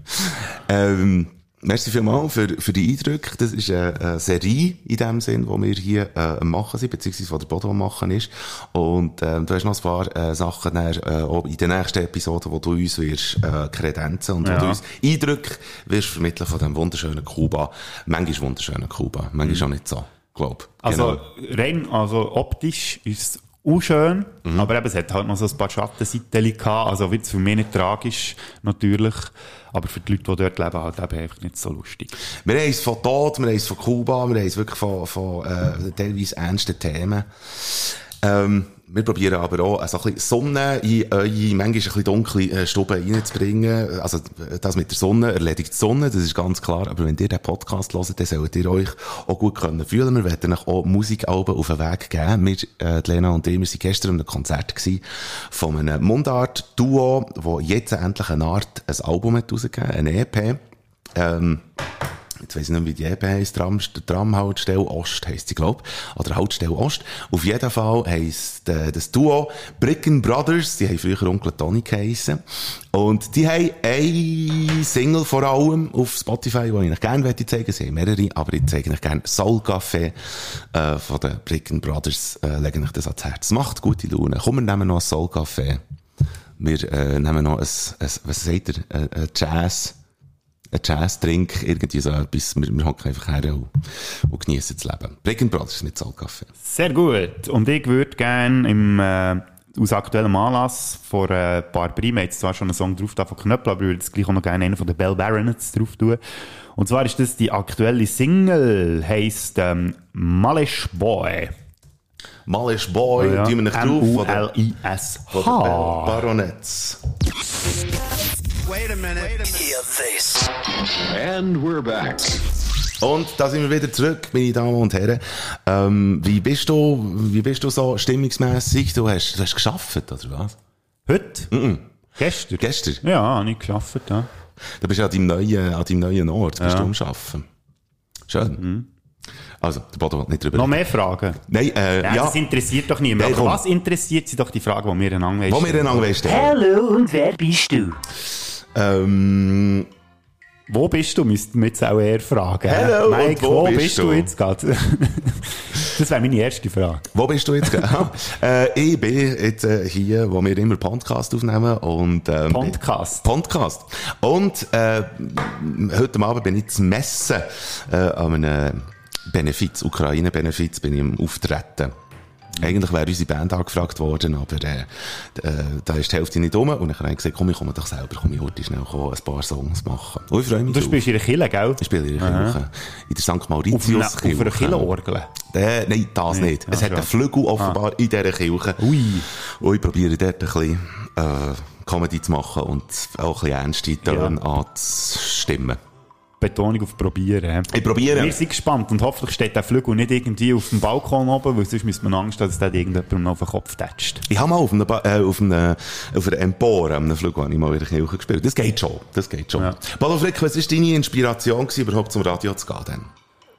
Ähm, merci vielmals für, für die Eindrücke. Das ist eine, eine Serie in dem Sinn, die wir hier äh, machen sind, beziehungsweise was der Bodo am machen ist. Und ähm, du hast noch ein paar äh, Sachen dann, äh, auch in den nächsten Episoden, wo du uns wirst äh, kredenzen und ja. wo du uns Eindrücke wirst vermitteln von dem wunderschönen Kuba. Manchmal wunderschönen Kuba, manchmal auch nicht so, glaub. Also genau. rein, also optisch ist es auch schön, mhm. aber eben, es hat halt noch so ein paar Schattenseiten gehabt, also wird es für mich nicht tragisch, natürlich, aber für die Leute, die dort leben, halt eben einfach nicht so lustig. Wir haben es von Tod, wir haben es von Kuba, wir haben es wirklich von, von äh, teilweise ernsten Themen. Ähm, wir probieren aber auch also ein bisschen Sonne in eure manchmal ein bisschen dunkle Stube reinzubringen. Also das mit der Sonne erledigt die Sonne, das ist ganz klar. Aber wenn ihr den Podcast hört, dann solltet ihr euch auch gut können fühlen. Wir werden euch auch Musikalben auf den Weg geben. Wir, äh, Lena und ich, wir waren gestern an einem Konzert gewesen von einem Mundart-Duo, das jetzt endlich eine Art ein Album hat rausgegeben, ein E P. Ähm, Jetzt weiss ich nicht, wie die E P heisst. Tram, Tramhaltestelle Ost heisst sie, glaub. Oder Haltestelle Ost. Auf jeden Fall heisst äh, das Duo Bricken Brothers. Die haben früher Onkel Tony geheissen. Und die haben eine Single vor allem auf Spotify, die ich euch gerne zeigen möchte. Sie haben mehrere, aber ich zeige euch gerne Soul Café äh, von den Bricken Brothers. Äh, legen euch das ans Herz. Macht gute Laune. Komm, wir nehmen noch ein Soul Café. Wir äh, nehmen noch ein, ein was sagt ihr, ein, ein Jazz... ein Jazz-Trink, irgendwie so etwas. Wir, wir hocken einfach her und, und geniessen das Leben. Bricken Brothers mit Soul-Kaffee. Sehr gut. Und ich würde gerne im, äh, aus aktuellem Anlass vor ein paar Primen, jetzt zwar schon einen Song drauf von Knöppel, aber ich würde jetzt gleich auch noch gerne einen von den Bell Baronets drauf tun. Und zwar ist das die aktuelle Single, heisst ähm, Malish Boy. Malish Boy, ja. die wir nicht drauf. M U L I S H. Von den Bell Baronets. Wait a minute. Hear this. And we're back. Und da sind wir wieder zurück, meine Damen und Herren. Ähm, wie bist du, wie bist du so stimmungsmässig? Du hast, du hast geschafft, oder was? Heute? Mm-mm. Gestern? Gestern? Ja, habe ich geschafft, ja. Du bist ja an deinem neuen, an deinem neuen Ort, bist ja. du am Arbeiten. Schön. Mhm. Also, der Bodo will nicht drüber Noch reden. mehr Fragen? Nein, äh, ja. ja. Das interessiert doch niemand. Nein, Aber was interessiert sie doch die Frage, die wir einander Wo wir einander stellen? Hallo, und wer bist du? Ähm, Wo bist du, müssten wir jetzt auch eher fragen. Hallo, Mike, wo wo bist bist du, du jetzt gerade? Das wäre meine erste Frage. Wo bist du jetzt? äh, ich bin jetzt äh, hier, wo wir immer Podcast aufnehmen. Und, ähm, Podcast? Podcast. Und äh, heute Abend bin ich zu Messen äh, an einem Benefiz, Ukraine-Benefiz, bin ich am Auftreten. Eigentlich wäre unsere Band angefragt worden, aber äh, äh, da ist die Hälfte nicht rum. Und dann habe ich gesagt, komm, ich komme doch selber, komm ich heute schnell kommen, ein paar Songs machen. Und ich freue mich Du drauf. spielst in der Kirche, gell? Ich spiele in der Kirche. In der Sankt Mauritius Auf einer Kirchenorgel? Äh, nein, das Nee. nicht. Es Ah, hat ja. einen Flügel offenbar in dieser Kirche. Ui. Und ich probiere dort ein bisschen äh, Comedy zu machen und auch ein bisschen ernste Töne Ja. anzustimmen. Betonung auf probieren. Ich probiere. Wir sind gespannt und hoffentlich steht der Flügel nicht irgendwie auf dem Balkon oben, weil sonst müssen wir Angst haben, dass der irgendjemandem noch auf den Kopf tätscht. Ich habe mal auf einer, ba- äh, auf einer, auf einer Empore, auf einem Flug, habe ich mal in der Kirche gespielt. Das geht schon. Das geht schon. Ja. Paolo Frick, was war deine Inspiration gewesen, überhaupt zum Radio zu gehen dann?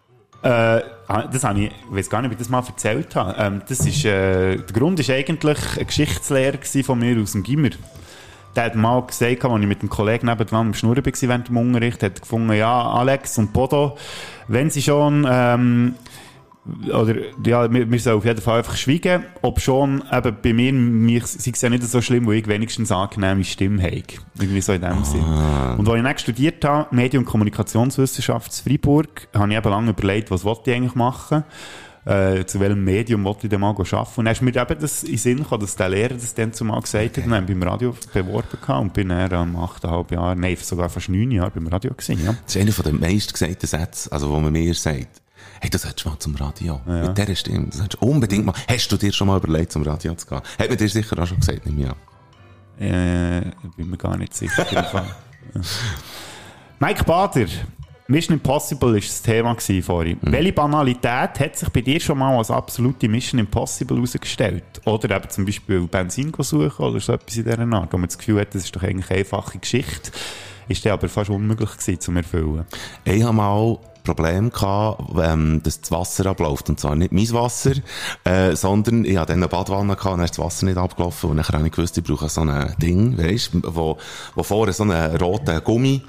Äh, das habe ich, ich weiß gar nicht, ob ich das mal erzählt habe. Ähm, das ist, äh, der Grund war eigentlich ein Geschichtslehrer von mir aus dem Gimmer. Der hat mal gesagt, als ich mit einem Kollegen nebenan am Schnurren war während dem Unterricht, hat gefunden, ja, Alex und Bodo, wenn sie schon, ähm, oder, ja, wir, wir sollen auf jeden Fall einfach schweigen, ob schon, eben bei mir, mich, sei es ja nicht so schlimm, weil ich wenigstens eine angenehme Stimme habe. Irgendwie so in dem Sinn. Und als ich dann studiert habe, Medien- und Kommunikationswissenschaft in Freiburg, habe ich eben lange überlegt, was wollte ich eigentlich machen? Äh, zu welchem Medium wollte ich denn mal arbeiten. Und dann ist mir eben das in den Sinn gekommen, dass der Lehrer das dann zumal gesagt okay. hat. Und dann beim Radio beworben gehabt und bin dann am achteinhalb Jahren, nein, sogar fast neun Jahre beim Radio gewesen, ja. Das ist einer der meistgesagten Sätze, also wo man mir sagt, hey, das solltest du mal zum Radio. Ja. Mit dieser Stimme, das solltest du unbedingt mal. Hast du dir schon mal überlegt, zum Radio zu gehen? Hat man dir sicher auch schon gesagt, nehme ich an. Äh, bin mir gar nicht sicher. Ja. Mike Bader, Mission Impossible war das Thema vorhin. Mhm. Welche Banalität hat sich bei dir schon mal als absolute Mission Impossible herausgestellt? Oder eben zum Beispiel Benzin suchen oder so etwas in dieser Art, wo man das Gefühl hat, das ist doch eigentlich eine einfache Geschichte, ist der aber fast unmöglich gewesen, zu erfüllen. Ich habe mal Problem gehabt, ähm, dass das Wasser abläuft. Und zwar nicht mein Wasser, äh, sondern ich hatte dann eine Badwanne gehabt und dann ist das Wasser nicht abgelaufen. Und dann habe ich gewusst, ich brauche so ein Ding, weisst, wo, wo vorne so einen roten Gummi,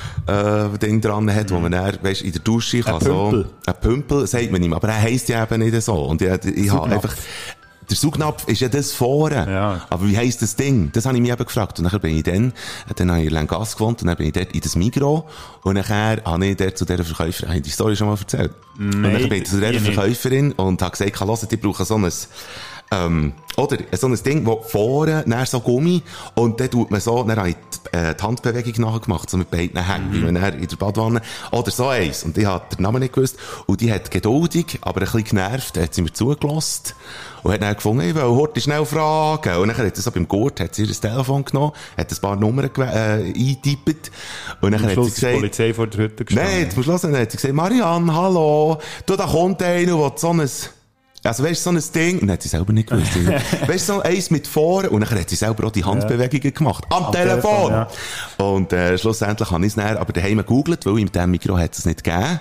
äh, Ding dran hat, mhm. wo man dann, weisst, in der Dusche kann ein Pümpel. so, ein Pümpel, sagt man ihm, aber er heisst ja eben nicht so. Und ich, ich habe einfach, der Saugnapf ist ja das vorne. Ja. Aber wie heisst das Ding? Das habe ich mich eben gefragt. Und dann bin ich dann, dann habe ich in Langas gewohnt und dann bin ich dort in das Migros und nachher habe ich dort zu dieser Verkäuferin, habe ich die Story schon mal erzählt? Nein, und dann bin ich zu dieser Verkäuferin und habe gesagt, hört, ich brauche so ein, ähm, oder, so ein Ding, wo vorne, dann so Gummi, und dann tut man so, dann habe ich die, äh, die Handbewegung nachgemacht, so mit beiden Händen, mhm. wie man dann in der Badwanne, oder so eins. Und ich hatte den Namen nicht gewusst, und die hat geduldig, aber ein bisschen genervt, hat sie mir zugelassen, und hat dann gefunden, ich will heute schnell fragen. Und dann hat sie so beim Gurt, hat sie ihr das Telefon genommen, hat ein paar Nummern äh, eingetippt, und dann hat sie gesagt, die Polizei vor der Hütte gestanden. Nein, zum Schluss dann hat sie gesagt, Marianne, hallo, du, da kommt einer, der so ein, also weisst, so ein Ding, und dann hat sie selber nicht gewusst. Weisst, so eins mit vorne, und dann hat sie selber auch die Handbewegungen ja. gemacht. Am, Am Telefon! Telefon ja. Und, äh, schlussendlich habe ich es dann, aber daheim gegoogelt, weil in dem Mikro hat es nicht gegeben.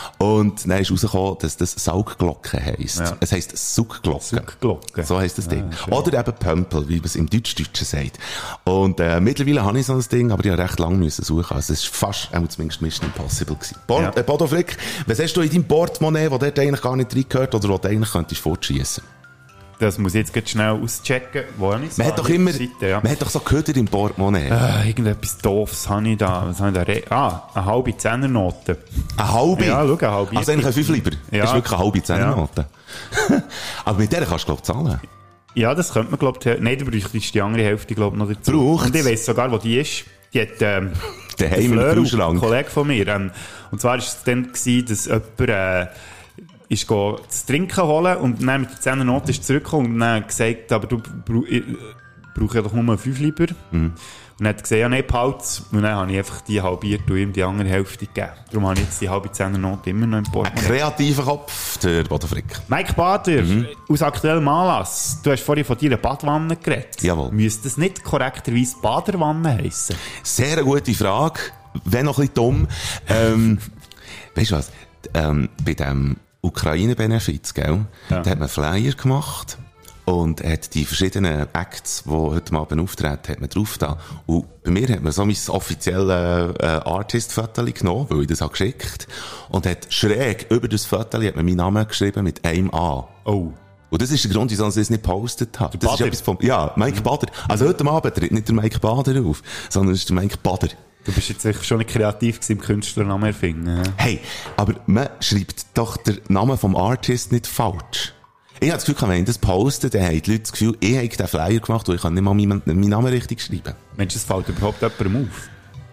Und dann ist rausgekommen, dass das Saugglocke heisst. Ja. Es heisst Saugglocke. Saugglocke. So heisst das Ding. Ja, oder eben Pömpel, wie man es im Deutsch-Deutschen sagt. Und, äh, mittlerweile habe ich so ein Ding, aber ich habe recht lange müssen suchen. Also es ist fast, auch zumindest Mission Impossible gewesen. Bo- ja. äh, Bodo Frick, was hast du in deinem Portemonnaie, wo dort eigentlich gar nicht reingehört, oder wo du eigentlich könntest fortschiessen? Das muss ich jetzt ganz schnell auschecken. Wo habe ich es? Man hat doch immer, Seite, ja. man hat doch so Köder im Portemonnaie. Äh, irgendetwas Doofes habe ich da. Was habe ich da? Re- ah, eine halbe Zehnernote. Eine halbe? Ja, schau, eine halbe. Also eigentlich ein Fünfliber. Ja. Das ist wirklich eine halbe Zehnernote. Ja. Aber mit der kannst du, glaube ich, zahlen. Ja, das könnte man, glaube ich, nein, du bräuchtest die andere Hälfte, glaube ich, noch dazu. Braucht's? Und ich weiss sogar, wo die ist. Die hat, ähm, der Heim im Kühlschrank. Ein Kollege von mir. Ähm, und zwar war es dann gewesen, dass jemand, äh, ist go zu trinken holen und dann mit der Zehnernote ist zurückgekommen und dann gesagt, aber du brauchst ja doch nur fünf Lieber. Mhm. Und dann hat er gesagt, ja, nein, behalt's. Und dann habe ich einfach die halbiert und ihm die andere Hälfte gegeben. Darum habe ich jetzt die halbe Zehnernote immer noch im Portemonnaie. Ein kreativer Kopf, der Bodo Frick. Mike Bader, mhm. aus aktuellem Anlass. Du hast vorhin von deiner Badwanne geredet. Jawohl. Müsste es nicht korrekterweise Baderwanne heissen? Sehr eine gute Frage. Wenn noch ein bisschen dumm. ähm, weißt du was? Ähm, bei dem Ukraine-Benefiz, gell? Ja. Da hat man Flyer gemacht und hat die verschiedenen Acts, die heute Abend auftreten, hat man drauf da. Und bei mir hat man so mein offizielles äh, Artist-Foto genommen, weil ich das habe geschickt, und hat schräg über das Foto hat man meinen Namen geschrieben mit einem A. Oh. Und das ist der Grund, wieso ich es nicht gepostet habe. Das ist etwas vom, ja, Mike mhm. Bader. Also heute Abend tritt nicht der Mike Bader auf, sondern es ist der Mike Bader. Du bist jetzt sicher schon nicht kreativ gewesen, im Künstlernamen erfinden. Ja. Hey, aber man schreibt doch den Namen vom Artist nicht falsch. Ich habe das Gefühl, wenn ich das poste, dann haben die Leute das Gefühl, ich habe den Flyer gemacht und ich kann nicht mal meinen, meinen Namen richtig schreiben. Mensch, das fällt überhaupt jemandem auf?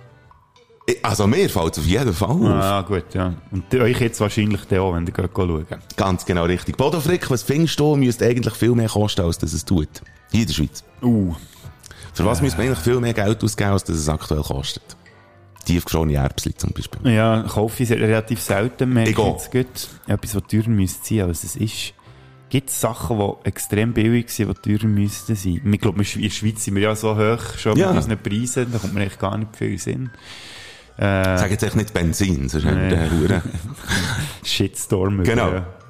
Also mir fällt es auf jeden Fall auf. Ah, gut, ja. Und euch jetzt wahrscheinlich auch, wenn ihr geht schauen. Ganz genau richtig. Bodo Frick, was findest du, müsste eigentlich viel mehr kosten, als das es tut? Hier in der Schweiz. Uh. Für was äh. müsste man eigentlich viel mehr Geld ausgeben, als das es aktuell kostet? Tiefgefrorene Erbsen zum Beispiel. Ja, kaufe ich relativ selten mehr. Ich jetzt gut. Etwas, was teurer müsste sein, als es ist. Gibt es Sachen, die extrem billig sind, die teurer müssten sein? Ich glaube, in der Schweiz sind wir ja so hoch, schon ja. mit unseren Preisen, da kommt mir eigentlich gar nicht viel Sinn. Äh, Sag jetzt echt nicht Benzin, sonst haben wir den Huren. Shitstorm. Genau.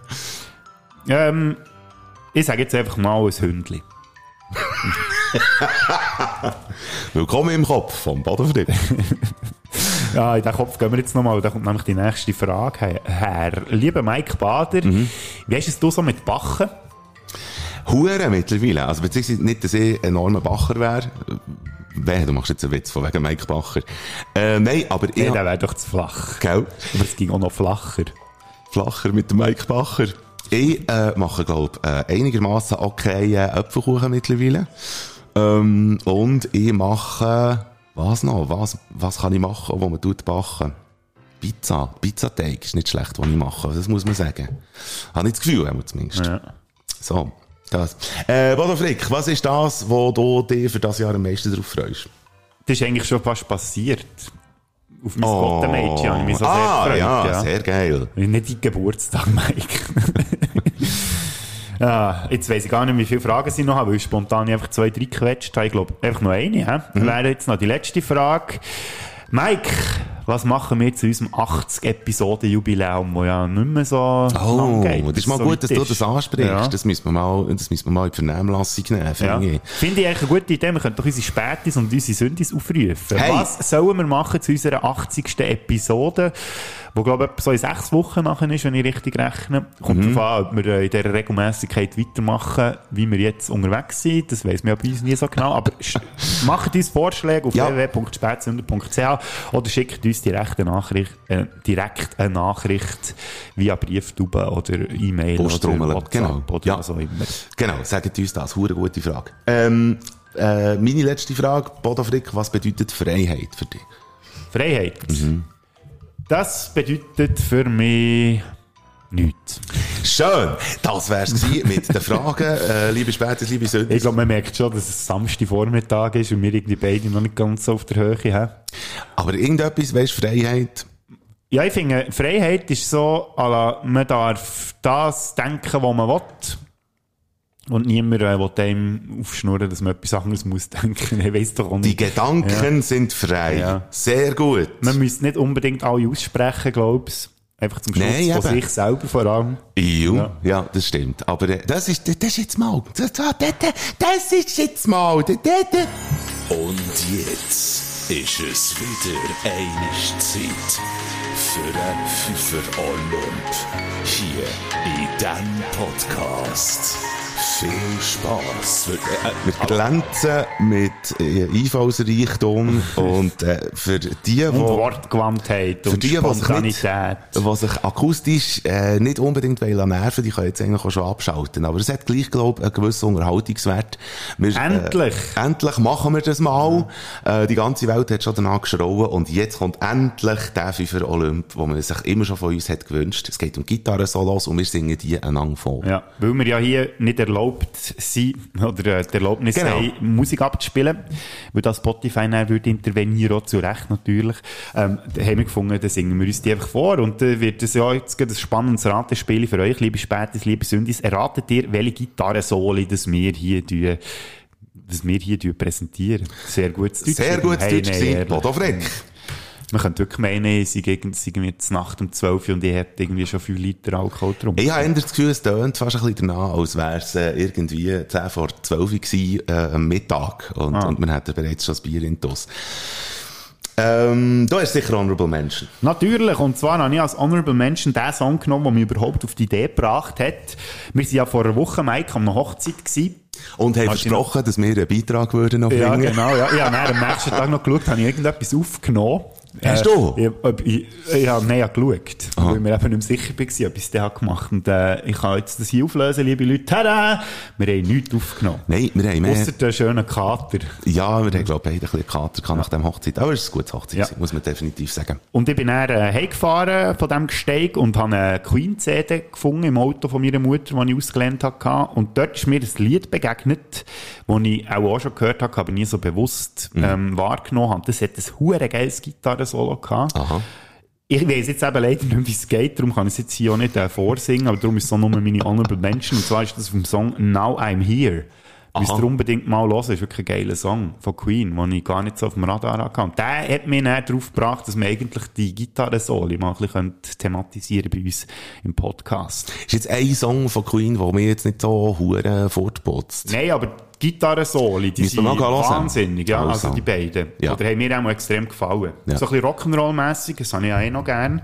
Ja. Ähm, ich sage jetzt einfach mal ein Hündli. Willkommen im Kopf vom Bodo Frick. Ja, in den Kopf gehen wir jetzt nochmal, da kommt nämlich die nächste Frage her. Lieber Mike Bader, mhm. wie hast du so mit Bachen? Hure mittlerweile. Also beziehungsweise nicht, dass ich ein enormer Bacher wäre. Wehe, du machst jetzt einen Witz von wegen Mike Bacher. Äh, nein, aber ich... Nein, der wäre doch zu flach. Gell? Aber es ging auch noch flacher. Flacher mit dem Mike Bacher. Ich äh, mache, glaube ich, äh, einigermaßen okay äh, Apfelkuchen mittlerweile. Ähm, und ich mache... Was noch? Was, was kann ich machen, wo man tut backen? Pizza. Pizzateig ist nicht schlecht, was ich mache. Das muss man sagen. Habe ich das Gefühl, haben wir zumindest. Ja. So, das. Äh, Bodo Frick, was ist das, wo du dich für das Jahr am meisten darauf freust? Das ist eigentlich schon fast passiert. auf mein Oh. Gottemädchen habe ich mich so Ah, sehr gefreut. ja, Ja, sehr geil. Nicht dein Geburtstag, Mike. Ja, jetzt weiss ich gar nicht, wie viele Fragen ich noch habe, weil ich spontan einfach zwei, drei gequetscht habe. Ich glaube, einfach noch eine. He? Mhm. Wäre jetzt noch die letzte Frage. Mike, was machen wir zu unserem achtzig-Episoden-Jubiläum, wo ja nicht mehr so Oh, lang geht? das ist mal so gut, dass weit du ist. das ansprichst. Ja. Das müssen wir mal, das müssen wir mal in die Vernehmlassung nehmen, Ja. finde ich. Finde ich eigentlich eine gute Idee. Wir können doch unsere Spätis und unsere Sündis aufrufen. Hey. Was sollen wir machen zu unserer achtzigsten Episode, wo, glaube ich, so in sechs Wochen nachher ist, wenn ich richtig rechne. Kommt Mhm. darauf an, ob wir in dieser Regelmäßigkeit weitermachen, wie wir jetzt unterwegs sind. Das weiss man ja bei uns nie so genau. Aber sch- macht uns Vorschläge auf Ja. w w w punkt spätsünder punkt c h oder schickt uns direkt eine Nachricht, äh, direkt eine Nachricht via Brieftube oder E-Mail oder Posttrommeln, WhatsApp genau. oder Ja. was auch immer. Genau, sagt uns das. Hure gute Frage. Ähm, äh, meine letzte Frage, Bodo Frick, was bedeutet Freiheit für dich? Freiheit. Mhm. Das bedeutet für mich nichts. Schön! Das wär's gewesen mit den Fragen. Äh, liebe Spätis, liebe Sündis. Ich glaube, man merkt schon, dass es Samstagvormittag ist und wir irgendwie beide noch nicht ganz so auf der Höhe haben. Aber irgendetwas, weisst Freiheit? Ja, ich finde, Freiheit ist so, à la, man darf das denken, was man will. Und niemand äh, will einem aufschnurren, dass man etwas anderes muss denken. Ich weiss doch auch Die nicht. Gedanken Ja. sind frei. Ja. Sehr gut. Man müsste nicht unbedingt alle aussprechen, glaube ich. Einfach zum Schutz Nein, von eben. sich selber vor allem. Ju, Ja. ja. das stimmt. Aber äh, das ist, das ist jetzt mal. Das, das, das ist jetzt mal. Das, das. Und jetzt ist es wieder eine Zeit für einen Fünfer Olymp hier in diesem Podcast. Viel Spass. Äh, Wir glänzen mit äh, Einfallsreichtum und äh, für die, Und wo, Wortgewandtheit für und die, die sich, nicht, Spontanität. die sich akustisch äh, nicht unbedingt wollen nerven, die können jetzt eigentlich auch schon abschalten. Aber es hat gleich, glaube ich, einen gewissen Unterhaltungswert. Wir, Endlich! Äh, endlich machen wir das mal. Äh, die ganze Welt hat schon danach geschrauen und jetzt kommt endlich der Fünfer Olymp, wo man sich immer schon von uns hat gewünscht. Es geht um Gitarren-Solos und wir singen die einander vor. Ja, weil wir ja hier nicht erlaubt sind, oder äh, die Erlaubnis Genau. haben, Musik abzuspielen, weil da Spotify dann würde intervenieren, auch zu Recht natürlich, ähm, da haben wir gefunden, dann singen wir uns die einfach vor und dann äh, wird das ja jetzt ein spannendes Ratespiel für euch, liebe Spätis, liebe Sündis. Erratet ihr, welche Gitarren-Soli das wir hier tun, das wir hier tun präsentieren? Sehr gutes Deutsch. Sehr gutes Hey, Deutsch nein, gewesen, ehrlich. Bodo Frick. Man könnte wirklich meinen, sie gegen irgendwie zur Nacht um zwölf und ich hätte irgendwie schon fünf Liter Alkohol getrunken. Ich habe eher das Gefühl, es tönt fast ein bisschen danach, als wäre es äh, irgendwie zehn vor zwölf gewesen, äh, am Mittag. Und, Ah. und man hätte bereits schon das Bier in Tuss. Ähm, da ist sicher Honorable Mention. Natürlich, und zwar habe ich als Honorable Mention den Song genommen, der mich überhaupt auf die Idee gebracht hat. Wir waren ja vor einer Woche, Mike, an einer Hochzeit gewesen. Und haben Hast du versprochen, dass wir einen Beitrag würden noch Ja, bringen. genau, ja. Ich habe dann am nächsten Tag noch geschaut, habe ich irgendetwas aufgenommen. Hast du? Ich, ob ich, ich habe näher geschaut, weil ich mir eben nicht mehr sicher war, ob ich es dann gemacht habe. Und äh, ich kann jetzt das hier auflösen, liebe Leute. Tada! Wir haben nichts aufgenommen. Nein, wir haben mehr. Ausser den schönen Kater. Ja, wir haben, glaube ich, beide ein bisschen Kater gehabt nach dem Hochzeit. Aber es ist ein gutes Hochzeit, Ja. gewesen, muss man definitiv sagen. Und ich bin dann äh, heimgefahren von diesem Gesteig und habe eine Queen-C D gefunden im Auto von meiner Mutter, die ich ausgelernt hatte. Und dort ist mir ein Lied begegnet, das ich auch, auch schon gehört habe, aber nie so bewusst ähm, wahrgenommen habe. Das hat ein hure geiles Gitarren-Solo gehabt. Aha. Ich weiss jetzt eben leider nicht, wie es geht, darum kann ich es jetzt hier auch nicht äh, vorsingen, aber darum ist es so nur meine Honorable Mention. Und zwar ist das vom Song Now I'm Here. Müsst ihr unbedingt mal hören, ist wirklich ein geiler Song von Queen, den ich gar nicht so auf dem Radar hatte. Und der hat mich dann darauf gebracht, dass man eigentlich die Gitarren-Soli mal ein bisschen thematisieren bei uns im Podcast. Ist jetzt ein Song von Queen, der mir jetzt nicht so hure fortputzt. Nein, aber die Gitarren-Soli, die Müssen wir sind mal hören. wahnsinnig, ja, Also. also die beiden. Ja. Oder haben mir auch extrem gefallen. Ja. So ein bisschen Rock'n'Roll-mässig, das habe ich ja eh noch gern.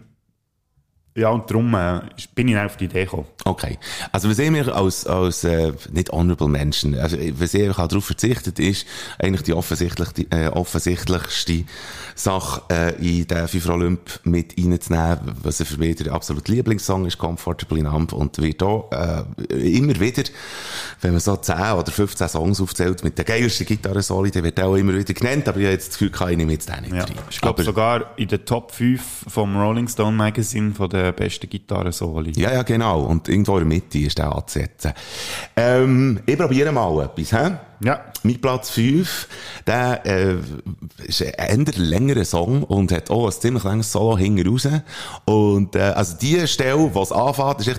Ja, und darum äh, bin ich dann auf die Idee gekommen. Okay. Also, was ich mir als, als, äh, nicht honorable Menschen, also, was ich auch darauf verzichtet, ist eigentlich die offensichtlich, äh, offensichtlichste Sache, äh, in den FIFA Olymp mit reinzunehmen, was für mich der absolute Lieblingssong ist, Comfortably Numb, und wird auch, äh, immer wieder, wenn man so zehn oder fünfzehn Songs aufzählt mit der geilsten Gitarren-Soli, der wird auch immer wieder genannt, aber ich habe jetzt das Gefühl, kann ich nehme jetzt den nicht Ja. rein. Ich glaube Aber- sogar in der Top fünf vom Rolling Stone Magazine von der besten, besten Gitarren-Soli. Ja, ja, genau. Und irgendwo in der Mitte ist der anzusetzen. Ähm, ich probiere mal etwas, hä? Ja. Mein Platz fünf, der äh, ist ein eher längerer Song und hat auch ein ziemlich langes Solo hinten raus. Und äh, also die Stelle, wo es anfängt, ist echt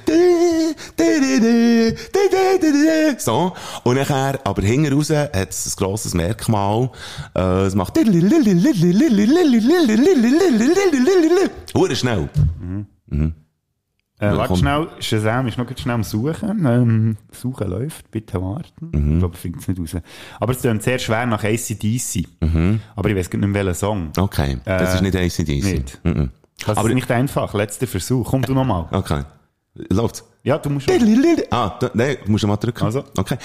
so. Und nachher, aber hinten raus hat es ein grosses Merkmal. Äh, es macht hure schnell. Mhm. Mhm. Äh, warte komm. schnell, Shazam ist noch ganz schnell am Suchen. Ähm, Suchen läuft, bitte warten. Mhm. Ich glaube, ich finde es nicht raus. Aber es klingt sehr schwer nach A C D C. Mhm. Aber ich weiss gar nicht mehr, welchen Song. Okay, das Äh, ist nicht A C D C. Nicht. Mhm. Das Aber- ist nicht einfach. Letzter Versuch. Komm du nochmal. Okay. Läuft's? Ja, du musst... Ah, da, nein, du musst mal drücken. Also. Okay.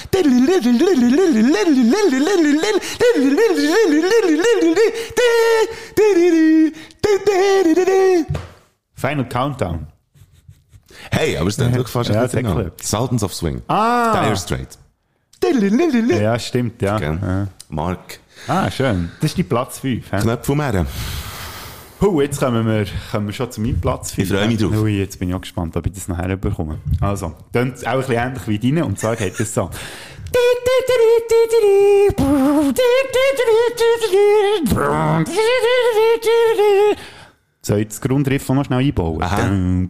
Final Countdown. Hey, aber es ist wirklich fast Ja, ein bisschen sehr genau. clever. Sultans of Swing. Ah! Dire Straits. Ja, stimmt, ja. Gell? ja. Mark. Ah, schön. Das ist die Platz fünf. Knöpfe vom Herren. Huh, jetzt kommen wir, kommen wir schon zu meinem Platz fünf. Ich freue mich drauf. Ui, jetzt bin ich auch gespannt, ob ich das nachher bekomme. Also, dann auch ein bisschen ähnlich wie deine, und zwar geht es so. Soll ich das Grundriff noch schnell einbauen? Aha.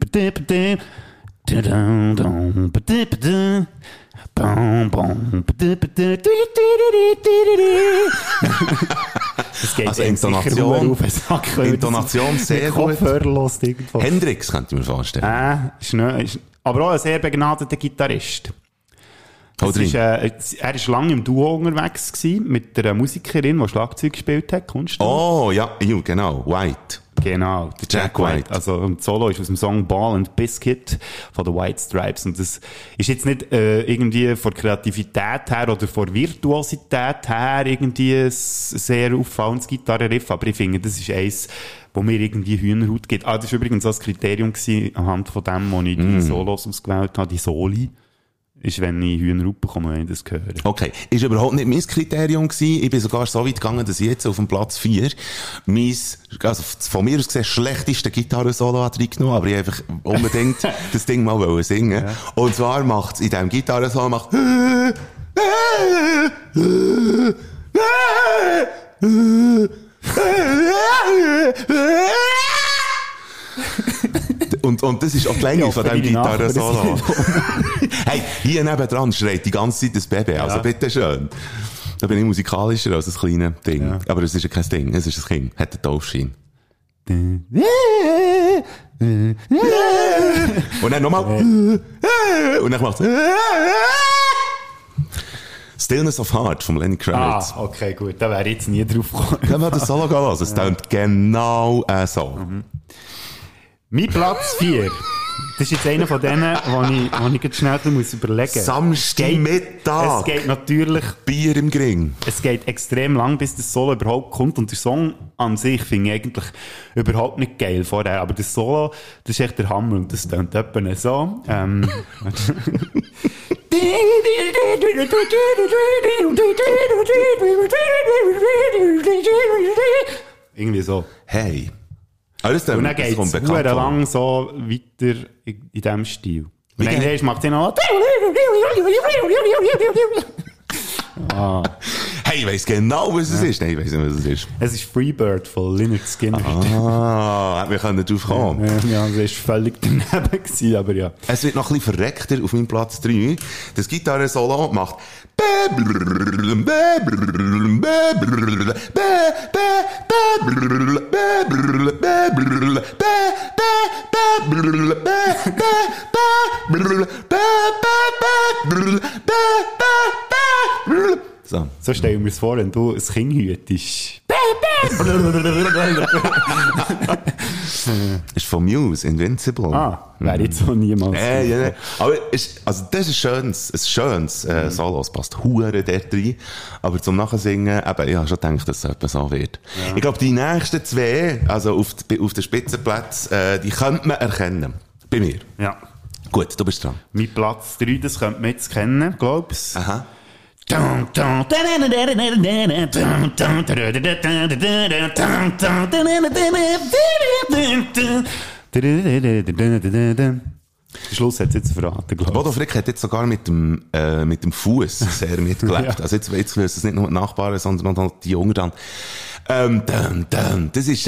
Das geht Also ihm sicher Intonation- verdammt auf den Sack, wenn Intonation das sehr mit gut. Kopfhörer hörst irgendwo. Hendrix könnte ich mir vorstellen. Äh, ist ne, ist, aber auch ein sehr begnadeter Gitarrist. Hau Es rein. ist, äh, er war lange im Duo unterwegs gewesen, mit einer Musikerin, die Schlagzeug gespielt hat. Kommst du? Oh, ja, ju, genau. White. Genau, der Jack Jack White. White. Also, und Solo ist aus dem Song Ball and Biscuit von den White Stripes. Und das ist jetzt nicht äh, irgendwie von Kreativität her oder von Virtuosität her irgendwie ein sehr auffallendes Gitarrenriff, aber ich finde, das ist eins, wo mir irgendwie Hühnerhaut gibt. Ah, das war übrigens auch das Kriterium gewesen, anhand von dem, wo ich die Mm. Solos ausgewählt habe, die Soli, ist, wenn ich Hühnerhaut bekomme, wenn ich das höre. Okay. Ist überhaupt nicht mein Kriterium gewesen. Ich bin sogar so weit gegangen, dass ich jetzt auf dem Platz vier mein, also von mir aus gesehen, schlechteste Gitarrensolo hat reingenommen, aber ich einfach unbedingt das Ding mal wollen singen. Ja. Und zwar macht's in diesem Gitarrensolo macht Und, und das ist auch die Länge Ja, von für diesem deine Nachbarn Gitarrensolo. sind Hey, hier nebendran schreit die ganze Zeit das Baby, also Ja. bitteschön. Da bin ich musikalischer als das kleine Ding. Ja. Aber es ist ja kein Ding, es ist ein Kind, hat einen Taufschein. Und dann nochmal. Und dann macht's. Stillness of Heart von Lenny Kravitz. Ah, okay, gut, da wäre ich jetzt nie drauf gekommen. Können wir das Solo gehen lassen? Es tönt genau äh, so. Mein Platz vier. Das ist jetzt einer von denen, wo ich, wo ich jetzt schnell muss überlegen muss. Samstagmittag. Es geht natürlich, Bier im Gring. es geht extrem lang, bis das Solo überhaupt kommt. Und der Song an sich finde ich eigentlich überhaupt nicht geil vorher. Aber das Solo, das ist echt der Hammer. Und das klingt etwa so. Ähm, irgendwie so. Hey. Alles Und dann geht es lang so weiter in, in diesem Stil. Und dann geht- erst macht sie noch... Ah. Hey, ich weiss genau, was es ist. Nein, ich weiss nicht, was es ist. Es ist Freebird von Lynyrd Skynyrd. Ah, wir können drauf kommen. Ja, das war völlig daneben gewesen, aber ja. Es wird noch ein bisschen verreckter auf meinem Platz drei. Das Gitarre-Solo macht so. So stellen wir mir es vor, wenn du ein Kind hütest. Ist von Muse, Invincible. Ah, wäre jetzt so niemals. Äh, ja, ja. Aber ist, also das ist ein schönes, ein schönes äh, Solo. Es passt hure dort rein. Aber zum Nachsingen, eben, ich habe schon gedacht, dass es etwas so wird. Ja. Ich glaube, die nächsten zwei, also auf, die, auf den Spitzenplätzen, äh, die könnte man erkennen. Bei mir. Ja. Gut, du bist dran. Mein Platz drei, das könnte man jetzt kennen, glaubst du? Aha. Der Schluss hat es jetzt verraten, glaube ich. Bodo Frick hat jetzt sogar mit dem, äh, mit dem Fuß sehr mitgelebt. Ja. Also jetzt, jetzt wissen es nicht nur die Nachbarn, sondern auch die Jungen dann. Ähm, dun, dun, das ist...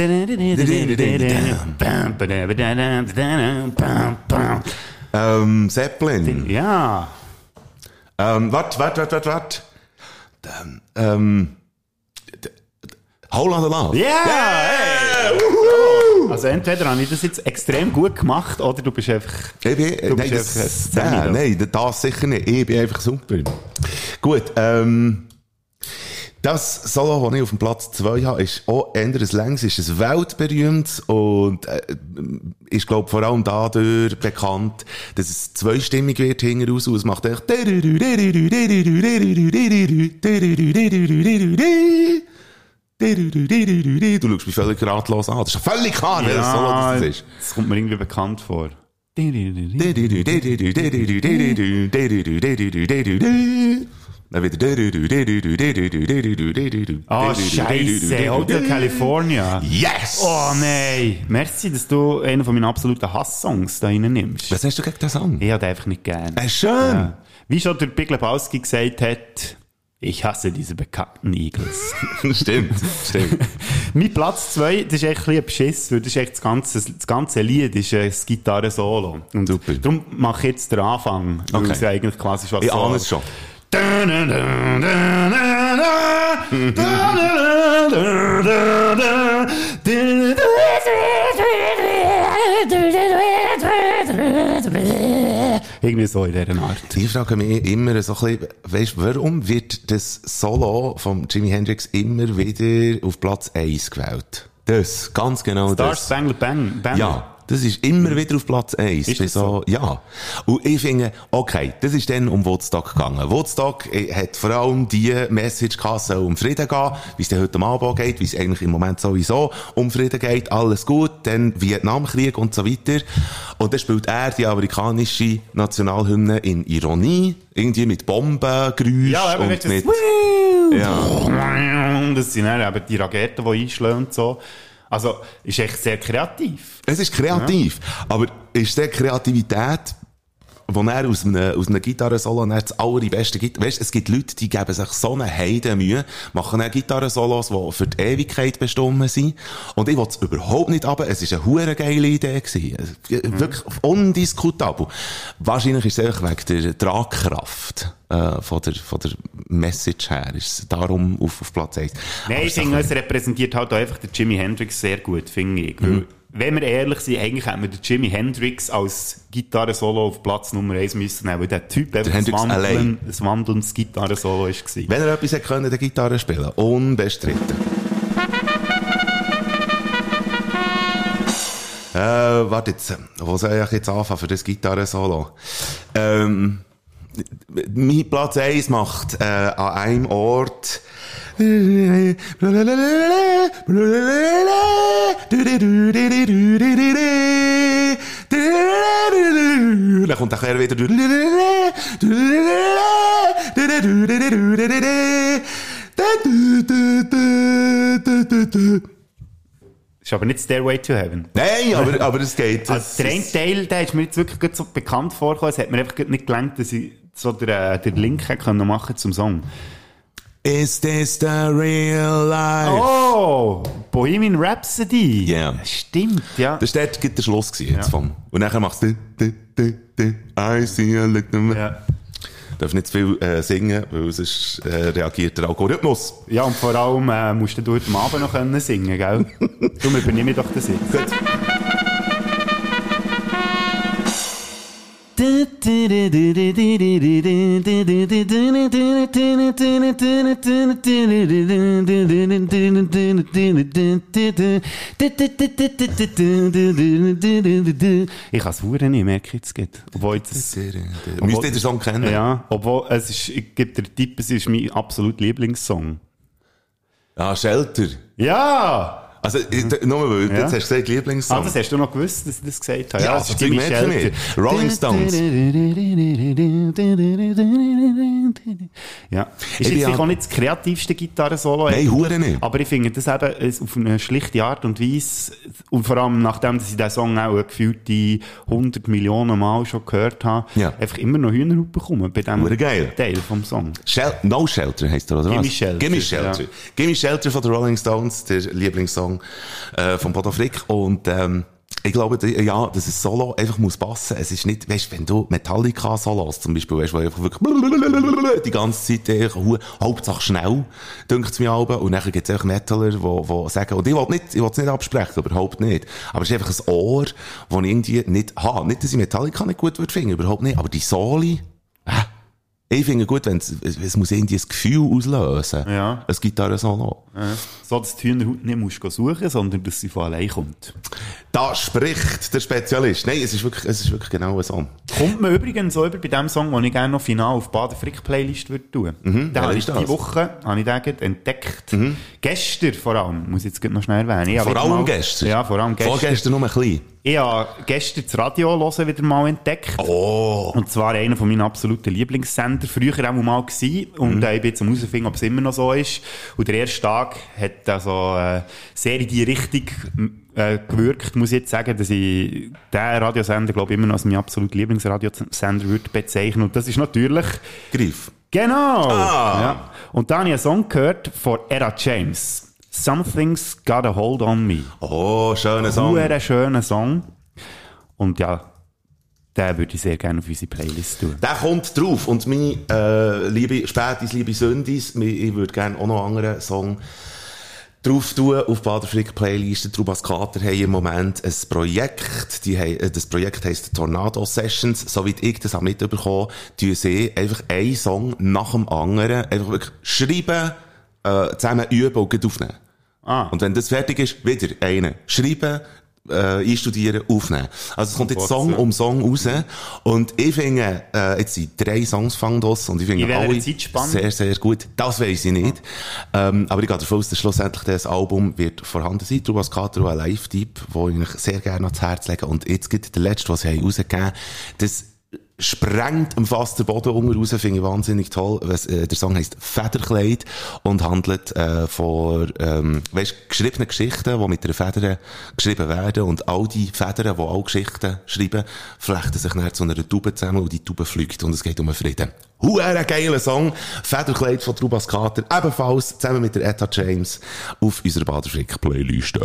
ähm, Zeppelin. Ja. Ähm, wart, wart, wart, wart, wart. Dun, ähm, d- d- Whole Lotta Love. Ja! Hey! Also entweder habe ich das jetzt extrem gut gemacht, oder du bist einfach... Ich bin, Du nein, bist das, einfach ein nein, Zenit. nein, das sicher nicht. Ich bin einfach super. Gut, ähm, das Solo, das ich auf dem Platz zwei habe, ist auch eher ein längs, ist ein weltberühmt und äh, ist, glaube ich, vor allem dadurch bekannt, dass es zweistimmig wird hinten raus und es macht echt du schaust mich völlig ratlos an. Das ist völlig klar, welches Solo das ist. Das kommt mir irgendwie bekannt vor. Dann wieder. Ah, Scheisse, Hotel California. Yes! Oh nein. Merci, dass du einen von meinen absoluten Hasssongs da reinnimmst. Was hast du gegen den Song? Ich habe einfach nicht gern. Äh, schön! Ja. Wie schon der Big Lebowski gesagt hat, ich hasse diese bekannten Eagles. Stimmt, stimmt. Mein Platz zwei, das ist echt ein bisschen ein Beschiss, weil das ist echt das ganze, das ganze Lied ist ein Gitarre-Solo. Und Super. Darum mache ich jetzt den Anfang, weil Okay. es ja eigentlich klassisch was Ich ahne es schon. Irgendwie so in dieser Art. Ich frage mich immer so ein bisschen, weisst, warum wird das Solo von Jimi Hendrix immer wieder auf Platz eins gewählt? Das, ganz genau Star das. Spangled Bang, Bang. Ja, das ist immer wieder auf Platz eins. Ist Bei das so? Ja. Und ich finde, okay, das ist dann um Woodstock gegangen. Woodstock äh, hat vor allem die Message gehabt, es soll um Frieden gehen, wie es dann heute am Abend geht, wie es eigentlich im Moment sowieso um Frieden geht, alles gut, dann Vietnamkrieg und so weiter. Und dann spielt er die amerikanische Nationalhymne in Ironie, irgendwie mit Bombengeräusch Ja, aber und weißt du, mit... das- Ja. Das sind dann eben die Raketen, die einschlagen und so. Also, ist echt sehr kreativ. Es ist kreativ, aber ist die Kreativität, wo er aus einem, aus einem Gitarrensolo das allerbeste gibt? Weißt, es gibt Leute, die geben sich so eine Heidenmühe, machen dann Gitarrensolos, die für die Ewigkeit bestimmt sind. Und ich will es überhaupt nicht aber. Es war eine hure geile Idee gewesen. Mhm. Wirklich undiskutabel. Wahrscheinlich ist es einfach wegen der Tragkraft, äh, von der, von der Message her. Ist es darum auf, auf Platz eins. Nein, Aber ich finde, es repräsentiert halt auch einfach den Jimi Hendrix sehr gut, finde ich. Weil, wenn wir ehrlich sind, eigentlich hätten wir den Jimi Hendrix als Gitarrensolo auf Platz Nummer eins müssen nehmen, weil der Typ einfach ein Hendrix allein. Wandeln, ein wandelndes Gitarrensolo war. Wenn er etwas hätte können, der Gitarre spielen, unbestritten. Äh, warte jetzt, wo soll ich jetzt anfangen für das Gitarrensolo? Ähm, mein Platz eins macht äh, an einem Ort dann kommt nachher wieder Ist aber nicht Stairway to Heaven. Nein, aber, aber es geht. Also, der eine Teil, der ist mir jetzt wirklich so bekannt vorgekommen, es hat mir einfach nicht gelangt, dass ich so den, äh, den Link hätte können machen zum Song. Is this the real life? Oh! Bohemian Rhapsody! Ja. Stimmt, ja. Das war der, der Schluss gewesen, jetzt Ja. vom. Und nachher machst du I see a look. Ja. Darf nicht zu viel äh, singen, weil sonst äh, reagiert der Algorithmus. Ja, und vor allem äh, musst du heute Abend noch können singen, gell? Darum übernehme ich doch den Sitz. Gut. Ich kann es verdammt nicht, merke ich jetzt gerade. Obwohl jetzt... Müsst ihr den Song kennen? Ja, obwohl es ist, ich gebe dir den Tipp, es ist mein absolut Lieblingssong. Ah, Shelter. Ja! Also, ich, nur weil, Ja. jetzt hast du gesagt, Ah, Lieblingssong. das hast du noch gewusst, dass ich das gesagt habe. Ja, es das ist Jimmy merke ich Shelter. mir. Rolling Stones. Ja. Ist Ich jetzt bin auch nicht das kreativste Gitarrensolo. Nein, hure nicht. Aber ich finde das eben auf eine schlichte Art und Weise, und vor allem nachdem, dass ich diesen Song auch gefühlte hundert Millionen Mal schon gehört habe, Ja. einfach immer noch Hühnerhaut bekommen bei diesem Hure geil. Teil vom Song. Shel- No Shelter heisst er, oder was? Gimme Shelter, Gimme Shelter. ja. Gimme Shelter von den Rolling Stones, der Lieblingssong äh, von Bodo Frick. Und ähm, ich glaube, die- ja, dass ein Solo einfach muss passen. Es ist nicht, weißt, wenn du Metallica-Solos zum Beispiel, weißt, wo einfach wirklich die ganze Zeit einfach, hu- Hauptsache schnell, dünkt's mir auch. Und dann gibt's einfach Metaller, die, die sagen, und ich will nicht, ich will es nicht absprechen, überhaupt nicht. Aber es ist einfach ein Ohr, das ich irgendwie nicht habe. Nicht, dass ich Metallica nicht gut würde finden, überhaupt nicht. Aber die Soli, äh, ich finde gut, wenn es, es muss irgendwie ein Gefühl auslösen. Ja. Ein Gitarre-Solo. Ja. So, dass die Hühnerhaut nicht musst suchen, sondern dass sie von allein kommt. Da spricht der Spezialist. Nein, es ist wirklich, es ist wirklich genau so. Kommt mir übrigens so über bei dem Song, den ich gerne noch final auf Bader Frick Playlist würde tun. Mhm, den habe ich ist diese das? Woche habe ich den gerade entdeckt. Gestern vor allem, muss ich jetzt gerade noch schnell erwähnen. Ich habe Vor wieder allem mal- gestern? Ja, vor allem gestern. Vorgestern nur ein bisschen. Ich habe gestern das Radio hören wieder mal entdeckt. Oh. Und zwar einer von meinen absoluten Lieblingssender. Früher auch mal gewesen. Und Mhm. äh, ich bin jetzt am herausfinden, ob es immer noch so ist. Und der erste Tag hat also äh, sehr in die Richtung äh, gewirkt, muss ich jetzt sagen, dass ich diesen Radiosender, glaube ich, immer noch als mein absolut Lieblingsradiosender würde bezeichnen. Und das ist natürlich... Greif. Genau! Ah. Ja. Und da habe ich einen Song gehört von Etta James. Something's Got a Hold on Me. Oh, schöner Song. Ein schöner Song. Und ja, den würde ich sehr gerne auf unsere Playlist tun. Der kommt drauf. Und meine, äh, liebe Spätis, liebe Sündis, ich würde gerne auch noch einen anderen Song drauf tun, auf Bader Frick Playlist. Trubas Kater haben im Moment ein Projekt, die haben, äh, das Projekt heisst Tornado Sessions. Soweit ich das habe mitbekommen, tun sie einfach einen Song nach dem anderen einfach wirklich schreiben, äh, zusammen üben und gleich aufnehmen. Ah. Und wenn das fertig ist, wieder einen schreiben, äh, einstudieren, aufnehmen. Also es kommt jetzt Song um Song raus. Und ich finde, äh, jetzt sind drei Songs fangen das und ich finde In welcher alle Zeitspanne? sehr, sehr gut. Das weiss ich nicht. Ähm, aber ich gehe davon aus, dass schlussendlich das Album wird vorhanden sein. Trubas Kater, ein Live-Typ, den ich sehr gerne ans Herz lege. Und jetzt gibt der letzte, was sie haben rausgegeben haben, das sprengt am Fass der Boden unten raus, finde ich wahnsinnig toll. Was, äh, der Song heisst Federkleid und handelt äh, von ähm, weißt, geschriebenen Geschichten, die mit einer Feder geschrieben werden, und all die Federn, die auch Geschichten schreiben, flechten sich dann zu einer Taube zusammen und die Taube fliegt und es geht um den Frieden. Huere geiler Song, Federkleid von Trubas Kater, ebenfalls zusammen mit der Etta James auf unserer Bader Frick Playlist.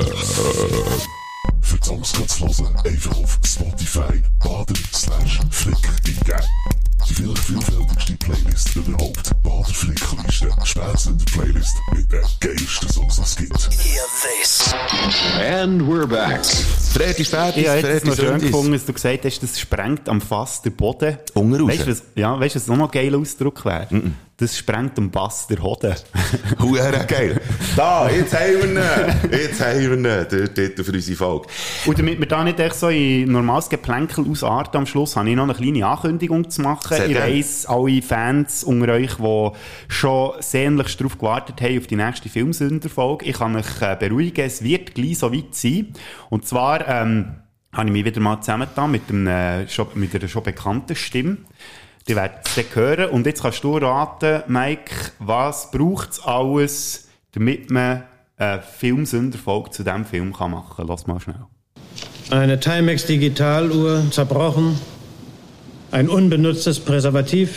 Für die Songs zu hören, einfach auf Spotify Bader slash Frick eingeben. Die vielleicht vielfältigste Playlist überhaupt. Bader Frick Liste. Spätzender Playlist mit den geilsten Songs, die es gibt. Hear this. And we're back. Fredi Spätis, Ich habe jetzt Fredi noch schön Sündis. gefunden, dass du gesagt hast, das sprengt am Fass der Boden. Unten raus. Weißt du, was, ja, weißt du, was noch ein geiler Ausdruck wäre? Mm-mm. Das sprengt am Bass der Hoden. Huere geil. Da, jetzt haben wir ihn. Jetzt haben wir ihn, der Titel für unsere Folge. Und damit wir da nicht echt so in normales Geplänkel ausarten am Schluss, habe ich noch eine kleine Ankündigung zu machen. Sehr Ich gerne. weiss, alle Fans unter euch, die schon sehnlichst darauf gewartet haben, auf die nächste Filmsünderfolge, ich kann euch äh, beruhigen, es wird gleich so weit sein. Und zwar ähm, habe ich mich wieder mal zusammengetan mit, einem, äh, schon, mit einer schon bekannten Stimme. Die werden es dann hören. Und jetzt kannst du raten, Mike, was braucht es alles, damit man eine Filmsünderfolge zu diesem Film kann machen kann? Lass mal schnell. Eine Timex Digitaluhr zerbrochen, ein unbenutztes Präservativ,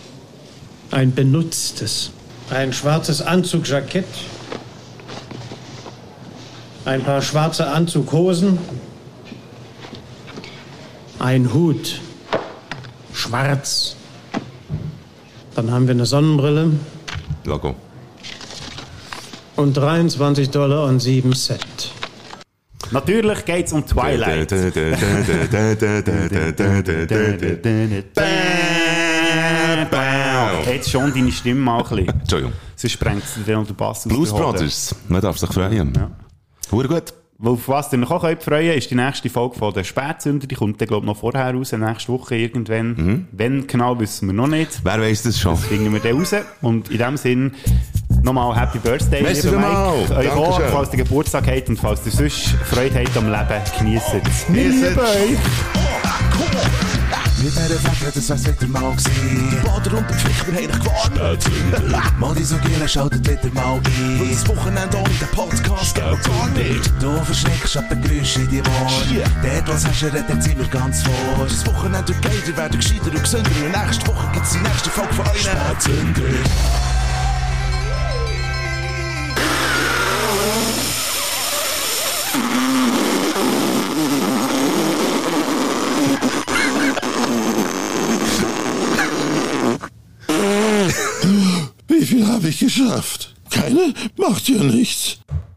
ein benutztes, ein schwarzes Anzugjackett, ein paar schwarze Anzughosen, ein Hut, schwarz. Dann haben wir eine Sonnenbrille Logo. und dreiundzwanzig Dollar und sieben Cent. Natürlich geht es um Twilight. Jetzt schon deine Stimme mal ein bisschen. Entschuldigung. Sonst sprengt es dir unter den Bass aus Blues der Hose. Brothers. Man darf sich freuen. Ja. Hure gut. Auf was ihr euch auch könnt freuen könnt, ist die nächste Folge von der Spätsünder. Die kommt dann, glaube ich, noch vorher raus, nächste Woche irgendwann. Mhm. Wenn genau, wissen wir noch nicht. Wer weiss das schon? Das finden wir dann raus. Und in dem Sinn, nochmal Happy Birthday, Merci lieber vielmals. Mike. Euch auch, Dankeschön. falls ihr Geburtstag habt und falls ihr sonst Freude habt am Leben, genießt es. Genießt es. Liebe euch. Mit dieser Fächer, das wär's wieder mal gewesen. Die Bader und der Flick, wir haben dich gewarnt. Spätzünder. Modi so Giele schaltet wieder mal ein. Weil das Wochenende ohne den Podcast geht noch gar nicht. Du verschreckst ab den Geräuschen in die Ohren. Dort, was hast du, dort sind wir ganz vor. Das Wochenende geht, wir werden gescheiter und gesünder. Und nächste Woche gibt's die nächste Folge von euch. Spätzünder. Wie viel habe ich geschafft? Keine? Macht ja nichts.